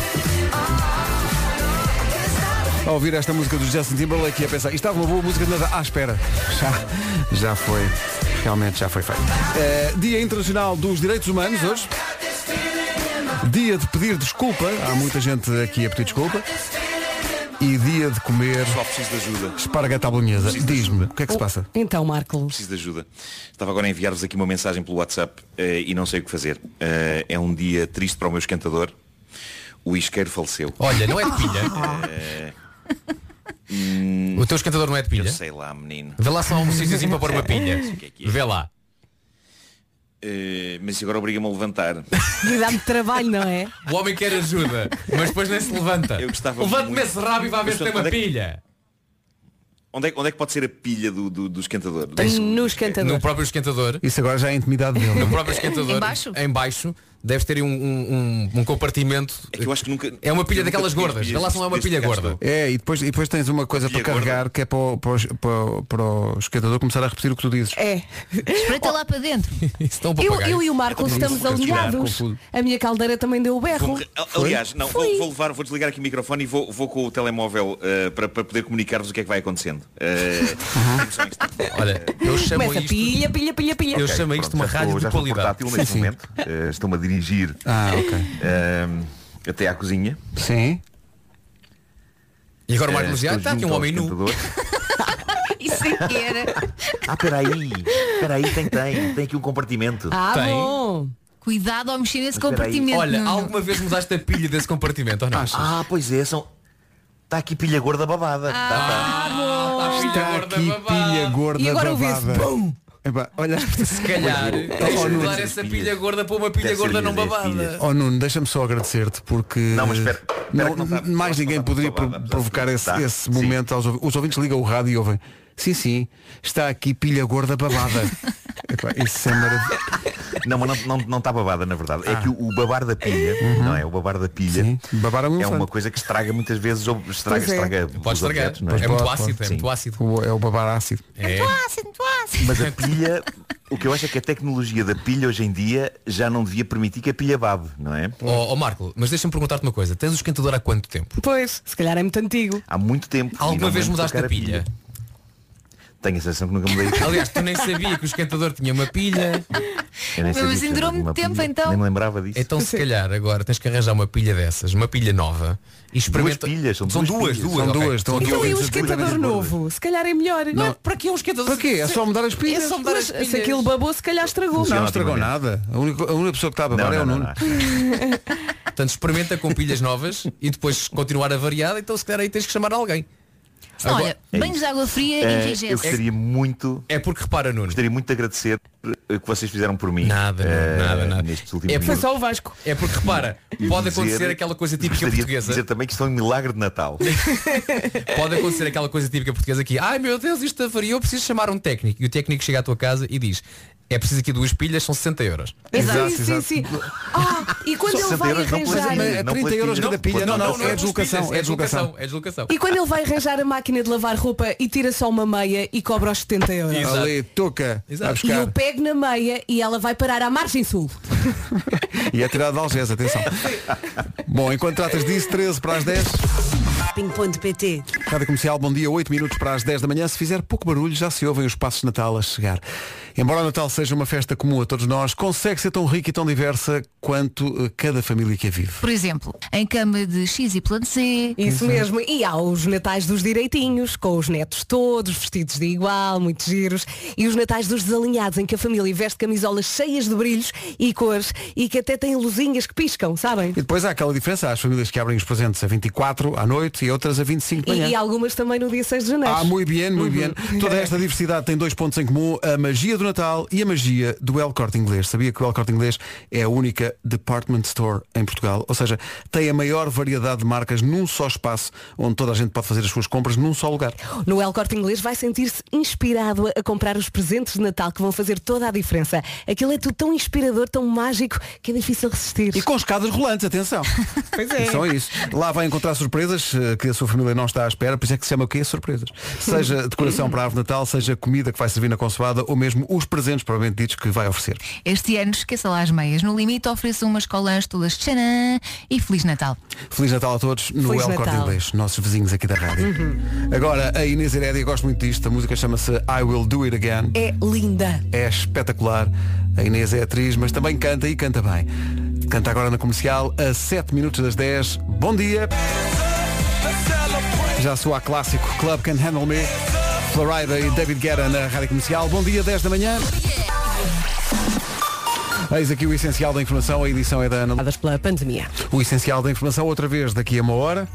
A ouvir esta música do Justin Timberlake e a pensar, isto estava uma boa música de nada. Espera. Já foi. Realmente já foi feito. Dia Internacional dos Direitos Humanos hoje. Dia de pedir desculpa. Há muita gente aqui a pedir desculpa. E dia de comer Só preciso de ajuda. esparguete à bolonhesa. Diz-me, o que é que se passa? Então, Marco. Preciso de ajuda. Estava agora a enviar-vos aqui uma mensagem pelo WhatsApp e não sei o que fazer. É um dia triste para o meu esquentador. O isqueiro faleceu. Olha, não é de pilha. O teu esquentador não é de pilha? Eu sei lá, menino. Vê lá só um sítiozinho para pôr uma pilha. Que é. Vê lá. Mas agora obriga-me a levantar. E dá-me trabalho, não é? O homem quer ajuda, mas depois nem se levanta. Levante-me esse rabo e vai ver se tem uma pilha. Onde é que pode ser a pilha do esquentador? No esquentador. No próprio esquentador. Isso agora já é a intimidade dele. No próprio esquentador. Em baixo? Em baixo deves ter um compartimento. É que eu acho que nunca. É uma pilha daquelas gordas. Vê lá se não é uma pilha gorda. É, e depois tens uma coisa para carregar que é para o esquentador começar a repetir o que tu dizes. É. Espreita lá para dentro. Eu e o Marco estamos alinhados. A minha caldeira também deu o berro. Aliás, não, vou desligar aqui o microfone e vou com o telemóvel para poder comunicar-vos o que é que vai acontecendo. Olha, eu chamo Começa isto. pilha. Eu chamo isto de uma rádio de qualidade. Neste momento. Estou-me a dirigir até à cozinha. Sim. E agora o Marco já está aqui um homem nu. Isso é que era. Espera aí, tem aqui um compartimento. Tem. Bom. Cuidado ao mexer nesse compartimento. Olha, Nuno. alguma vez mudaste a pilha desse compartimento ou não? Pois é, está aqui pilha gorda babada. Está aqui pilha gorda E agora babada. ouvi-se, bum! Epá, olha, Se calhar, mudar essa pilha gorda para uma pilha gorda não babada. Oh Nuno, deixa-me só agradecer-te porque Não, mas espera que não está- mais ninguém poderia provocar esse momento aos ouvintes. Os ouvintes ligam o rádio e ouvem. Sim, está aqui pilha gorda babada. Epá, isso é maravilhoso. Não, mas não está babada, na verdade. É que o babar da pilha, não é? O babar da pilha babar é uma coisa que estraga muitas vezes, ou estraga Pode os estragar. objetos, não é? É muito ácido, é muito ácido. É o babar ácido. É. Mas a pilha, o que eu acho é que a tecnologia da pilha hoje em dia já não devia permitir que a pilha babe, não é? Ó Marco, mas deixa-me perguntar-te uma coisa. Tens o esquentador há quanto tempo? Pois, se calhar é muito antigo. Há muito tempo. Alguma vez mudaste a pilha? Tenho a sensação que nunca mudei. Aliás, tu nem sabia que o esquentador tinha uma pilha. Mas ainda durou muito tempo então. Nem me lembrava disso. Então se calhar agora tens que arranjar uma pilha dessas, uma pilha nova e experimenta. Duas pilhas, são duas. São ok. duas. Estão Então aqui e um ouvintes esquentador novo? Se calhar é melhor. Não, para que um esquentador? Para quê? É só mudar as pilhas. É só mudar as Mas pilhas. se aquilo babou, se calhar estragou. Não estragou nada. A única pessoa que está a babar é o Nuno. Portanto, experimenta com pilhas novas e depois continuar a variar, então se calhar aí tens que chamar alguém. Olha, banhos de água fria enrijece. Eu gostaria muito. É porque repara, Nuno. Gostaria muito de agradecer o que vocês fizeram por mim. Nada. Nestes últimos É Foi minutos. só o Vasco. É porque repara, pode acontecer aquela coisa típica Gostaria de portuguesa. dizer também que isto é um milagre de Natal. Pode acontecer aquela coisa típica portuguesa aqui. Ai meu Deus, isto avariou, preciso chamar um técnico. E o técnico chega à tua casa e diz: é preciso aqui 2 pilhas, são 60 euros. Exato. Sim. E quando ele vai arranjar... É 30 euros cada pilha. Não, é deslocação. É deslocação. E quando ele vai arranjar a máquina de lavar roupa e tira só uma meia e cobra os 70 euros. Exato. Ali, toca. E eu pego na meia e ela vai parar à margem sul. E é tirado de Algés, atenção. Bom, enquanto tratas disso, 13 para as 10. Ping.pt. Rádio Comercial, bom dia, 8 minutos para as 10 da manhã. Se fizer pouco barulho, já se ouvem os passos de Natal a chegar. Embora o Natal seja uma festa comum a todos nós, consegue ser tão rica e tão diversa quanto cada família que a vive. Por exemplo, em cama de X e plano C. Isso mesmo. E há os natais dos direitinhos, com os netos todos, vestidos de igual, muito giros. E os natais dos desalinhados, em que a família veste camisolas cheias de brilhos e cores e que até têm luzinhas que piscam, sabem? E depois há aquela diferença, há as famílias que abrem os presentes a 24 à noite e outras a 25 de manhã. E algumas também no dia 6 de janeiro. Muito bem. Toda esta diversidade tem 2 pontos em comum, a magia do Natal e a magia do El Corte Inglês. Sabia que o El Corte Inglês é a única department store em Portugal, ou seja, tem a maior variedade de marcas num só espaço, onde toda a gente pode fazer as suas compras num só lugar. No El Corte Inglês vai sentir-se inspirado a comprar os presentes de Natal que vão fazer toda a diferença. Aquilo é tudo tão inspirador, tão mágico, que é difícil resistir. E com escadas rolantes, atenção. Pois é. Só isso. Lá vai encontrar surpresas que a sua família não está à espera, por isso é que se chama o quê? Surpresas. Seja decoração para a árvore de Natal, seja comida que vai servir na consoada ou mesmo os presentes provavelmente ditos que vai oferecer. Este ano esqueça lá as meias. No limite ofereçam umas colãs todas tchanã e Feliz Natal. Feliz Natal a todos no Feliz El Corte Natal. Inglês, nossos vizinhos aqui da rádio. Agora, a Inês Herédia, gosto muito disto, a música chama-se I Will Do It Again. É linda. É espetacular. A Inês é atriz, mas também canta e canta bem. Canta agora na Comercial a 7 minutos das 10. Bom dia. Já soa clássico Club Can Handle Me. Florida e David Guetta na Rádio Comercial. Bom dia, 10 da manhã. Eis aqui o essencial da informação. A edição é da Ana. Pela pandemia. O essencial da informação outra vez daqui a uma hora.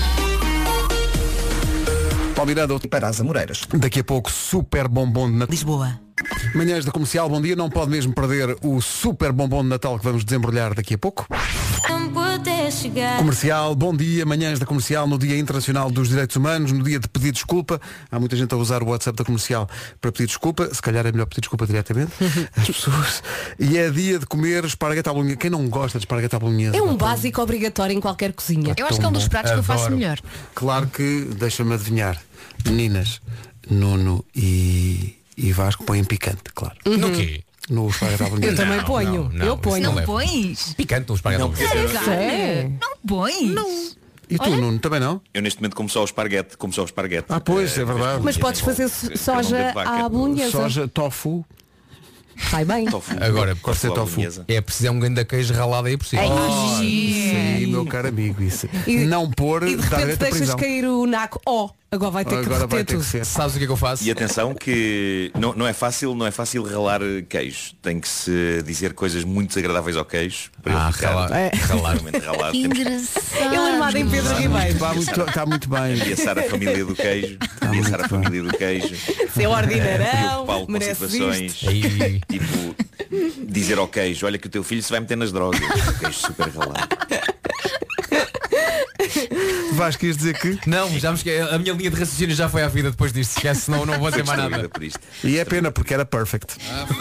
Paulo Miranda para as Amoreiras. Daqui a pouco super bombom de Natal. Lisboa. Manhãs da Comercial, bom dia. Não pode mesmo perder o super bombom de Natal que vamos desembrulhar daqui a pouco. chegar. Comercial, bom dia, manhãs da Comercial no Dia Internacional dos Direitos Humanos, no dia de pedir desculpa. Há muita gente a usar o WhatsApp da Comercial para pedir desculpa, se calhar é melhor pedir desculpa diretamente às pessoas. E é dia de comer esparguete à bolonhesa. Quem não gosta de esparguete à bolonhesa? É um básico obrigatório em qualquer cozinha. Eu acho que é um dos pratos que eu faço melhor. Claro que, deixa-me adivinhar, meninas, Nuno e Vasco põem picante, claro. No quê? No esparguete à bolonhesa. Eu também ponho. Eu ponho. Não pões? Picante no esparguete à bolonhesa. Não pões? Não. E tu, Nuno, também não? Eu neste momento como só o esparguete. Ah, pois, é verdade. Mas podes fazer soja à bolonhesa. Soja, tofu. Sai bem. Agora, pode ser tofu. É preciso um grande queijo ralado aí por cima. Sim, meu caro amigo, isso. Não pôr, E de dar repente a deixas prisão. cair o naco. Agora vai ter que derreter tudo. Sabes o que é que eu faço? E atenção que não é fácil ralar queijo. Tem que se dizer coisas muito desagradáveis ao queijo para ele ficar realmente ralado. Que engraçado. Ele armado em Pedro Ribeiro. Está muito bem. Ameaçar a família do queijo. Seu ordinarão, preocupá-lo com merece situações. Tipo, dizer ao queijo, olha que o teu filho se vai meter nas drogas. O queijo super ralado. Vasco, ias dizer que? Não, já me esqueci. A minha linha de raciocínio já foi à vida depois disto. Esquece, senão não vou dizer mais nada. E é pena porque era perfect.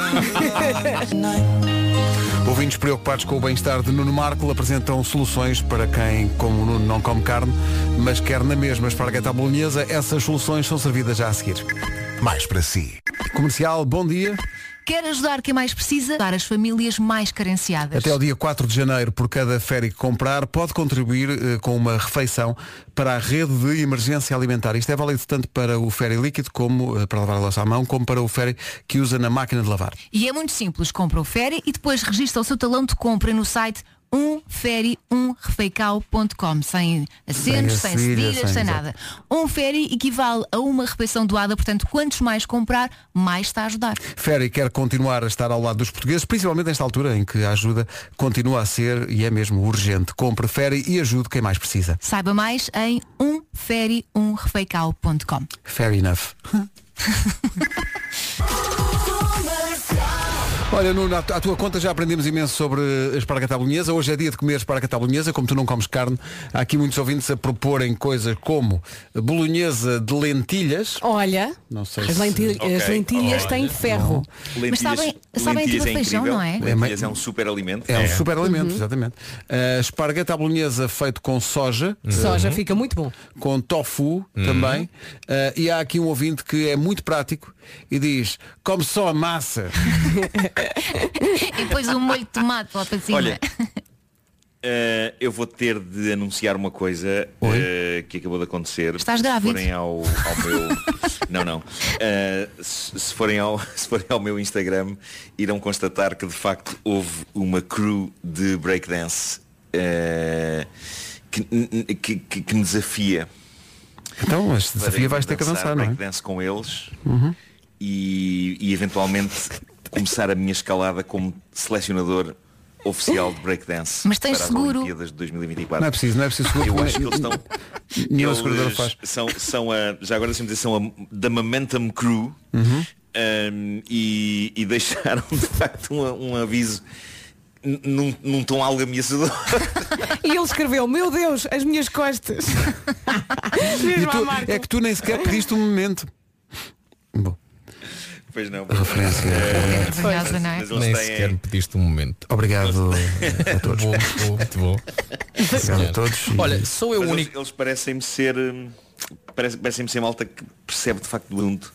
Ouvintes preocupados com o bem-estar de Nuno Marco apresentam soluções para quem, como o Nuno, não come carne, mas quer na mesma esparguete à bolonhesa. Essas soluções são servidas já a seguir. Mais para si. Comercial, bom dia. Quer ajudar quem mais precisa? Dar as famílias mais carenciadas. Até ao dia 4 de janeiro, por cada ferry que comprar, pode contribuir com uma refeição para a rede de emergência alimentar. Isto é válido tanto para o ferry líquido, como para lavar a louça à mão, como para o ferry que usa na máquina de lavar. E é muito simples. Compra o ferry e depois registra o seu talão de compra no site umferry1refeicao.com, sem acentos, sem cedilhas, sem nada. Um ferry equivale a uma refeição doada, portanto, quantos mais comprar, mais está a ajudar. Ferry quer continuar a estar ao lado dos portugueses, principalmente nesta altura em que a ajuda continua a ser, e é mesmo urgente. Compre Ferry e ajude quem mais precisa. Saiba mais em umferry1refeicao.com. Fair enough. Olha, Nuno, à tua conta já aprendemos imenso sobre esparguete à bolonhesa. Hoje é dia de comer esparguete à bolonhesa. Como tu não comes carne, há aqui muitos ouvintes a proporem coisas como bolonhesa de lentilhas. Olha, não sei as lentilhas têm ferro. Mas sabem tipo feijão, não é? Lentilhas é um super alimento. É um super alimento, exatamente. Esparguete à bolonhesa feito com soja. Soja fica muito bom. Com tofu também. E há aqui um ouvinte que é muito prático e diz, come só a massa. E depois um molho de tomate lá para cima. Olha, eu vou ter de anunciar uma coisa que acabou de acontecer. Estás grávido? Se forem ao meu não. Se forem ao meu Instagram, irão constatar que de facto houve uma crew de breakdance que me desafia. Então, este desafio vais ter que avançar, não é? Breakdance com eles e eventualmente começar a minha escalada como selecionador oficial de breakdance. Mas tens para seguro? as Olimpíadas de 2024. Não é preciso seguro. Eu acho que eles estão. Nenhuma seguradora faz. Já agora deixa-me dizer, são da Momentum Crew e deixaram de facto um aviso num tom algo ameaçador. E ele escreveu, meu Deus, as minhas costas. É que tu nem sequer pediste um momento. Bom. Pois não. Referência. Nem sequer me pediste um momento. Obrigado a todos. Muito bom. Obrigado a todos. Olha, sou eu o único. Eles parecem-me ser malta que percebe de facto do assunto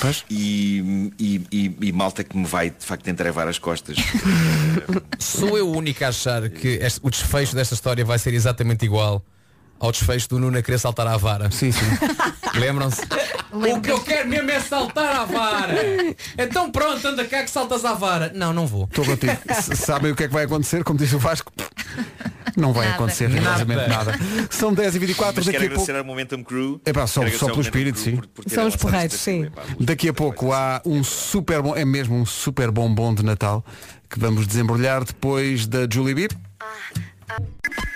e malta que me vai de facto entrevar as costas. Sou eu o único a achar que o desfecho desta história vai ser exatamente igual ao desfecho do Nuno a querer saltar à vara. Sim. Lembram-se? O que eu quero mesmo é saltar à vara. Então pronto, anda cá que saltas à vara. Não vou. Estou contigo. Sabem o que é que vai acontecer? Como disse o Vasco, não vai acontecer rigorosamente nada. São 10h24. Mas daqui quero a pouco. agradecer ao Momentum Crew. Só pelo espírito, sim. São os porreiros, sim. Daqui a pouco há um super bom, é mesmo um super bombom de Natal que vamos desembrulhar depois da Julie B.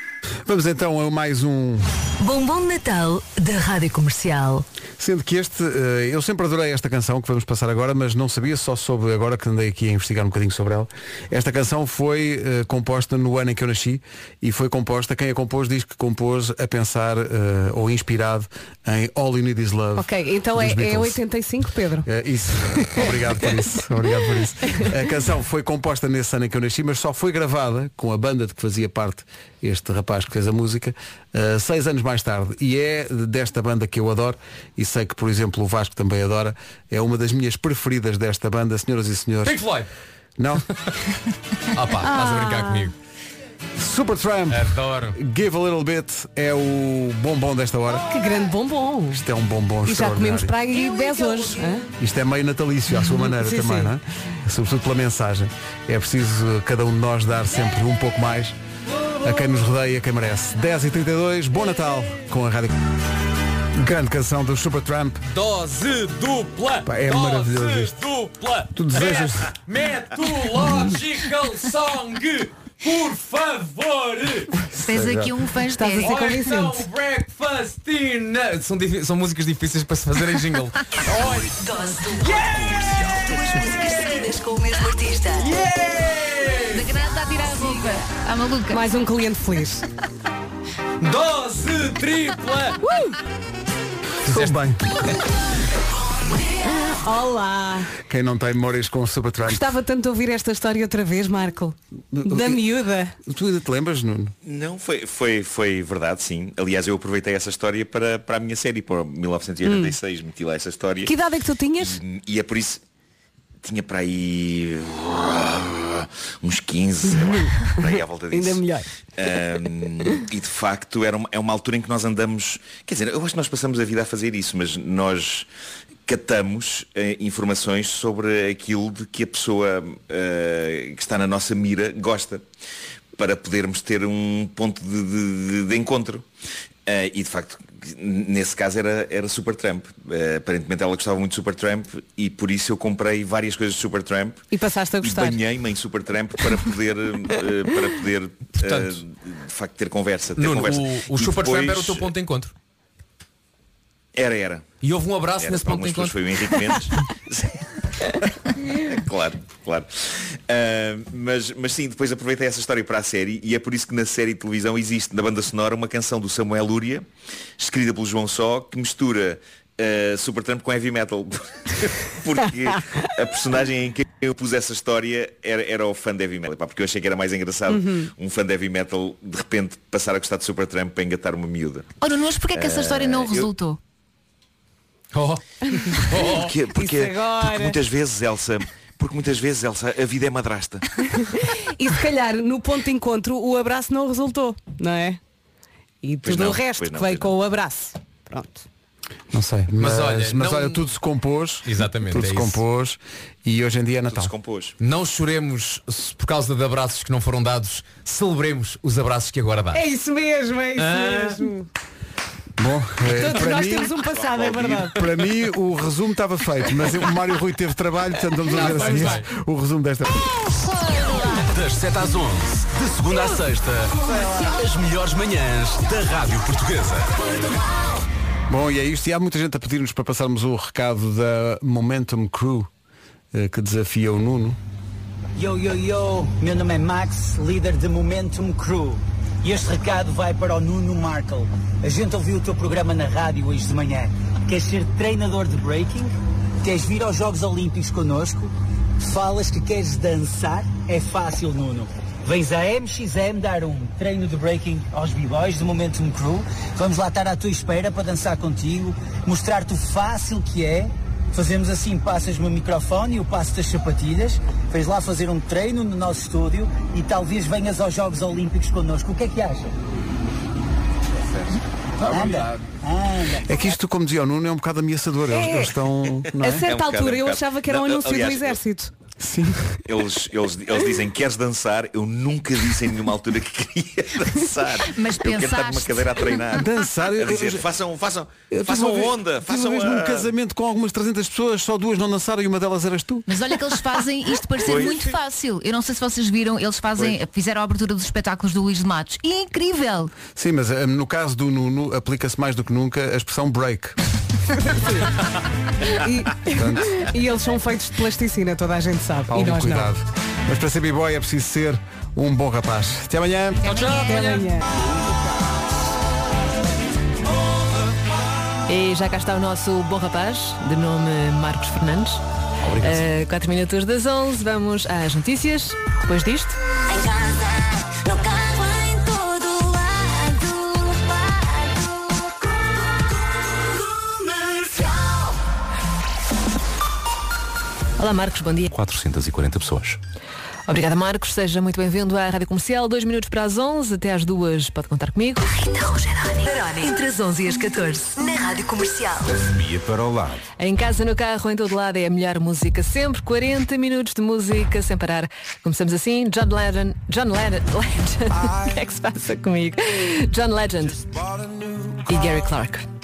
Vamos então a mais um Bombom de Natal da Rádio Comercial. Sendo que eu sempre adorei esta canção que vamos passar agora, mas não sabia, só soube agora que andei aqui a investigar um bocadinho sobre ela. Esta canção foi composta no ano em que eu nasci e foi composta, quem a compôs diz que compôs a pensar ou inspirado em All You Need Is Love. Ok, então é 85, Pedro. Isso, obrigado por isso. A canção foi composta nesse ano em que eu nasci, mas só foi gravada com a banda de que fazia parte este rapaz que fez a música 6 anos mais tarde. E é desta banda que eu adoro e sei que, por exemplo, o Vasco também adora. É uma das minhas preferidas desta banda, senhoras e senhores. Pink Floyd. Não? Estás a brincar comigo. Supertramp. Adoro. Give a Little Bit é o bombom desta hora. Que grande bombom. Isto é um bombom E já comemos extraordinário. para aí 10 hoje. Isto é meio natalício à sua maneira Sim, também, sim. não é? Sobretudo pela mensagem. É preciso cada um de nós dar sempre um pouco mais a quem nos rodeia e a quem merece. 10h32, bom Natal com a Rádio. Grande canção do Supertramp. Dose dupla. Pá, é maravilhoso isto. Dupla. Tu desejas- Methodological Song. Por favor. Tens aqui um fã Estás a ser Então, convincente. breakfast dinner. São músicas difíceis para se fazerem jingle. Dose dupla. Duas músicas seguidas com o mesmo artista. Da granada está a tirar a roupa. À maluca. Mais um cliente feliz. Dose tripla. Estou bem. Olá. Quem não tem memórias com o Supertramp? Gostava tanto de ouvir esta história outra vez, Marco. Da miúda. Tu ainda te lembras, Nuno? Não, foi verdade, sim. Aliás, eu aproveitei essa história para a minha série, para 1986, meti lá essa história. Que idade é que tu tinhas? E é por isso. Tinha para aí uns 15, sei lá, para aí à volta disso. Ainda melhor. E de facto é uma altura em que nós andamos. Quer dizer, eu acho que nós passamos a vida a fazer isso, mas nós catamos informações sobre aquilo de que a pessoa que está na nossa mira gosta, para podermos ter um ponto de encontro. E de facto, nesse caso era Supertramp. Aparentemente ela gostava muito de Supertramp e por isso eu comprei várias coisas de Supertramp E passaste a e gostar. banhei-me em Supertramp para poder, Portanto, de facto ter conversa. Nuno, o E Supertramp depois- era o teu ponto de encontro. Era. E houve um abraço Era, nesse para ponto de algumas pessoas encontro. foi o Henrique Mendes. Claro. Mas sim, depois aproveitei essa história para a série e é por isso que na série de televisão existe na banda sonora uma canção do Samuel Lúria, escrita pelo João Só, que mistura Supertramp com heavy metal. Porque a personagem em que eu pus essa história era o fã de heavy metal. Porque eu achei que era mais engraçado um fã de heavy metal de repente passar a gostar de Supertramp para engatar uma miúda. Ora, mas porquê é que essa história não resultou? Porque agora. muitas vezes, Elsa, a vida é madrasta. E se calhar no ponto de encontro o abraço não resultou, não é? E Pois tudo não, o resto pois não, que veio pois com o abraço. Pronto. Não sei. Mas olha, olha, tudo se compôs. Exatamente, Tudo é se isso. compôs e hoje em dia é Tudo Natal. se compôs. Não choremos por causa de abraços que não foram dados. Celebremos os abraços que agora dá. É isso mesmo, é isso mesmo. Bom, Todos para nós mim, temos um passado, é verdade. para mim o resumo estava feito, mas o Mário Rui teve trabalho, portanto vamos a ver a seguir o resumo desta. Das 7 às 11, de segunda à sexta, as melhores manhãs da Rádio Portuguesa. Bom, e é isto. E há muita gente a pedir-nos para passarmos o recado da Momentum Crew que desafia o Nuno. Yo, meu nome é Max, líder de Momentum Crew. E este recado vai para o Nuno Markle. A gente ouviu o teu programa na rádio hoje de manhã. Queres ser treinador de breaking? Queres vir aos Jogos Olímpicos connosco? Falas que queres dançar? É fácil, Nuno. Vens à MXM dar um treino de breaking aos b-boys do Momentum Crew. Vamos lá estar à tua espera para dançar contigo, mostrar-te o fácil que é. Fazemos assim, passas-me o microfone e eu passo-te as sapatilhas. Vens lá fazer um treino no nosso estúdio e talvez venhas aos Jogos Olímpicos connosco. O que é que achas? Anda. É que isto, como dizia o Nuno, é um bocado ameaçador. Eles estão. Não A é? certa É um bocado, altura é um eu bocado. achava que era um Não, anúncio do aliás, exército. Sim. Eles dizem, queres dançar? Eu nunca disse em nenhuma altura que queria dançar. Mas eu quero estar numa cadeira a treinar. Dançar? A dizer, façam onda, façam num casamento com algumas 300 pessoas, só 2 não dançaram e uma delas eras tu. Mas olha que eles fazem isto parecer Pois. muito fácil. Eu não sei se vocês viram, eles fizeram a abertura dos espetáculos do Luís de Matos. E é incrível! Sim, mas no caso do Nuno aplica-se mais do que nunca a expressão break. E eles são feitos de plasticina, toda a gente sabe. Paulo, e nós cuidado. Mas para ser b-boy é preciso ser um bom rapaz. Até amanhã. não. Até amanhã. E já cá está o nosso bom rapaz, de nome Marcos Fernandes. Obrigado. 4 minutos das 11, vamos às notícias. Depois disto. Em casa, no carro, em todo lado. Comercial. Olá Marcos, bom dia. 440 pessoas. Obrigada Marcos, seja muito bem-vindo à Rádio Comercial. 2 minutos para as 11, até às 2 pode contar comigo. Rita Rogeroni. Entre as 11 e as 14. Na Rádio Comercial. Via para o lado. Em casa, no carro, em todo lado é a melhor música sempre. 40 minutos de música sem parar. Começamos assim, John Legend. O que é que se passa comigo? John Legend e Gary Clark.